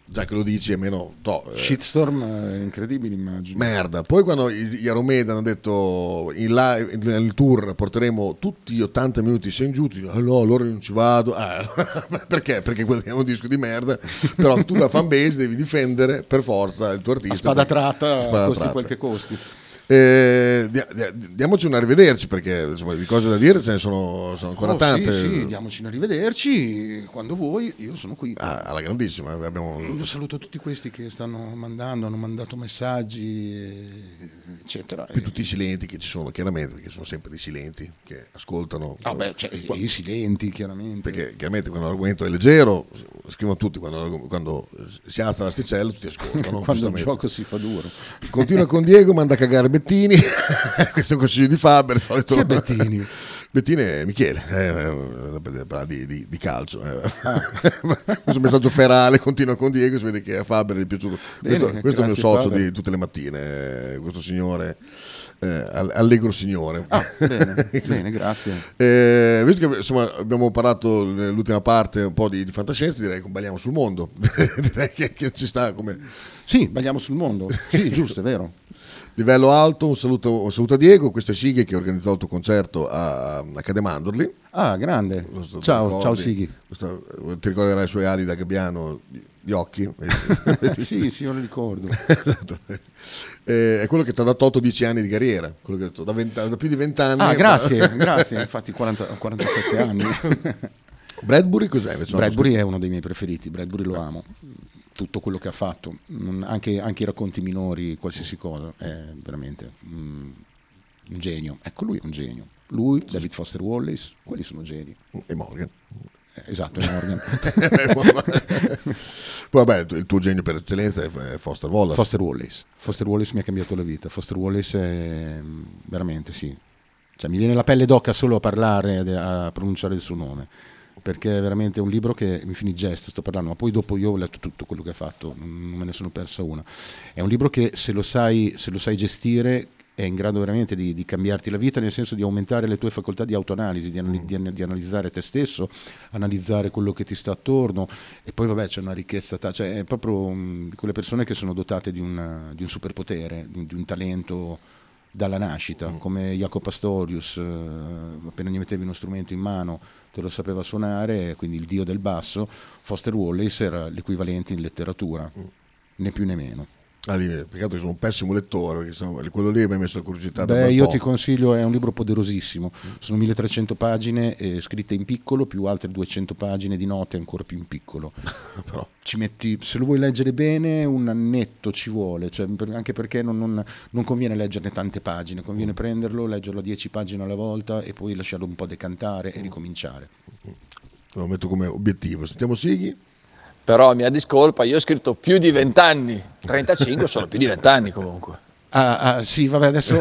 [SPEAKER 1] già che lo dici è meno
[SPEAKER 4] shitstorm incredibile, immagino.
[SPEAKER 1] Merda. Poi quando gli Aromeda hanno detto nel tour porteremo tutti gli 80 minuti sengiuti, no, allora non ci vado. Perché quello è un disco di merda, però tu da fanbase devi difendere per forza il tuo artista
[SPEAKER 4] a spada tratta, costi quel che costi.
[SPEAKER 1] Diamoci un arrivederci, perché insomma, di cose da dire ce ne sono ancora tante.
[SPEAKER 4] Sì, diamoci un arrivederci quando vuoi, io sono qui.
[SPEAKER 1] Alla grandissima.
[SPEAKER 4] Io saluto tutti questi che hanno mandato messaggi, eccetera.
[SPEAKER 1] Più tutti i silenti che ci sono, chiaramente, perché sono sempre dei silenti che ascoltano.
[SPEAKER 4] I silenti, chiaramente.
[SPEAKER 1] Perché chiaramente quando l'argomento è leggero scrivono tutti, quando si alza l'asticella tutti ascoltano.
[SPEAKER 4] Quando il gioco si fa duro.
[SPEAKER 1] Continua con Diego, manda a cagare Bettini. Questo è un consiglio di Faber.
[SPEAKER 4] Chi è Bettini?
[SPEAKER 1] Bettini è Michele, di calcio. Questo messaggio ferale, continua con Diego, si vede che a Faber è piaciuto. Questo è il mio socio di tutte le mattine, questo signore, allegro signore.
[SPEAKER 4] Bene, grazie.
[SPEAKER 1] Visto che insomma abbiamo parlato nell'ultima parte un po' di fantascienza, direi che balliamo sul mondo. Direi che ci sta come...
[SPEAKER 4] Sì, balliamo sul mondo. Sì, giusto, è vero.
[SPEAKER 1] Livello alto, un saluto a Diego. Questo è Sighi che organizzò il tuo concerto a Cademandorli.
[SPEAKER 4] Grande. Ciao Sighi.
[SPEAKER 1] Ti ricorderai i suoi ali da gabbiano, gli occhi?
[SPEAKER 4] Sì, io lo ricordo.
[SPEAKER 1] Esatto. È quello che ti ha dato 10 anni di carriera, quello che da più di 20 anni.
[SPEAKER 4] Grazie, infatti 47 anni.
[SPEAKER 1] Bradbury cos'è?
[SPEAKER 4] Bradbury è uno dei miei preferiti, Bradbury lo amo. Tutto quello che ha fatto, anche i racconti minori, qualsiasi cosa, è veramente un genio. Ecco, lui è un genio. Lui, David Foster Wallace, quelli sono geni.
[SPEAKER 1] E Morgan.
[SPEAKER 4] Esatto, e Morgan.
[SPEAKER 1] Poi vabbè, il tuo genio per eccellenza è Foster Wallace.
[SPEAKER 4] Foster Wallace mi ha cambiato la vita. Foster Wallace è veramente, sì. Cioè, mi viene la pelle d'oca solo a parlare, a pronunciare il suo nome. Perché è veramente un libro che mi finì gesto, sto parlando, ma poi dopo io ho letto tutto quello che ha fatto, non me ne sono persa una. È un libro che se lo sai gestire è in grado veramente di cambiarti la vita, nel senso di aumentare le tue facoltà di autoanalisi, di analizzare te stesso, analizzare quello che ti sta attorno, e poi vabbè c'è una ricchezza, cioè è proprio quelle persone che sono dotate di un superpotere, di un talento dalla nascita, come Jaco Pastorius, appena gli mettevi uno strumento in mano te lo sapeva suonare, quindi il dio del basso. Foster Wallace era l'equivalente in letteratura, né più né meno.
[SPEAKER 1] Peccato che sono un pessimo lettore, perché quello lì mi ha messo la curiosità.
[SPEAKER 4] Io ti consiglio, è un libro poderosissimo, sono 1300 pagine scritte in piccolo, più altre 200 pagine di note ancora più in piccolo. Però ci metti, se lo vuoi leggere bene, un annetto ci vuole, cioè, anche perché non conviene leggerne tante pagine, conviene prenderlo, leggerlo a 10 pagine alla volta e poi lasciarlo un po' decantare e ricominciare.
[SPEAKER 1] Lo metto come obiettivo. Sentiamo Sighi.
[SPEAKER 2] Però mia discolpa, io ho scritto più di 20 anni, 35 sono più di 20 anni comunque.
[SPEAKER 4] Sì, vabbè, adesso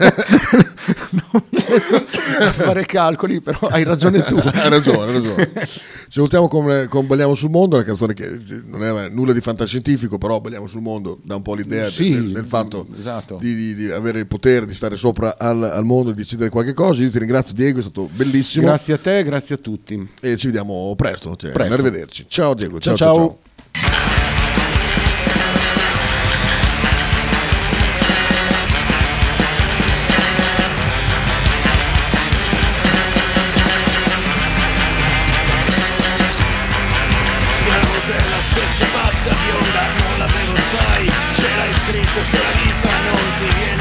[SPEAKER 4] non mi metto a fare calcoli, però hai ragione tu.
[SPEAKER 1] Hai ragione. Ci salutiamo con Balliamo sul mondo, una canzone che non è nulla di fantascientifico, però Balliamo sul mondo dà un po' l'idea del fatto
[SPEAKER 4] esatto.
[SPEAKER 1] di avere il potere di stare sopra al mondo e decidere qualche cosa. Io ti ringrazio Diego, è stato bellissimo.
[SPEAKER 4] Grazie a te, grazie a tutti.
[SPEAKER 1] E ci vediamo presto. Arrivederci. Ciao Diego.
[SPEAKER 4] Ciao.
[SPEAKER 21] Stessa pasta bionda, non l'avevo sai, c'era scritto che la vita non ti viene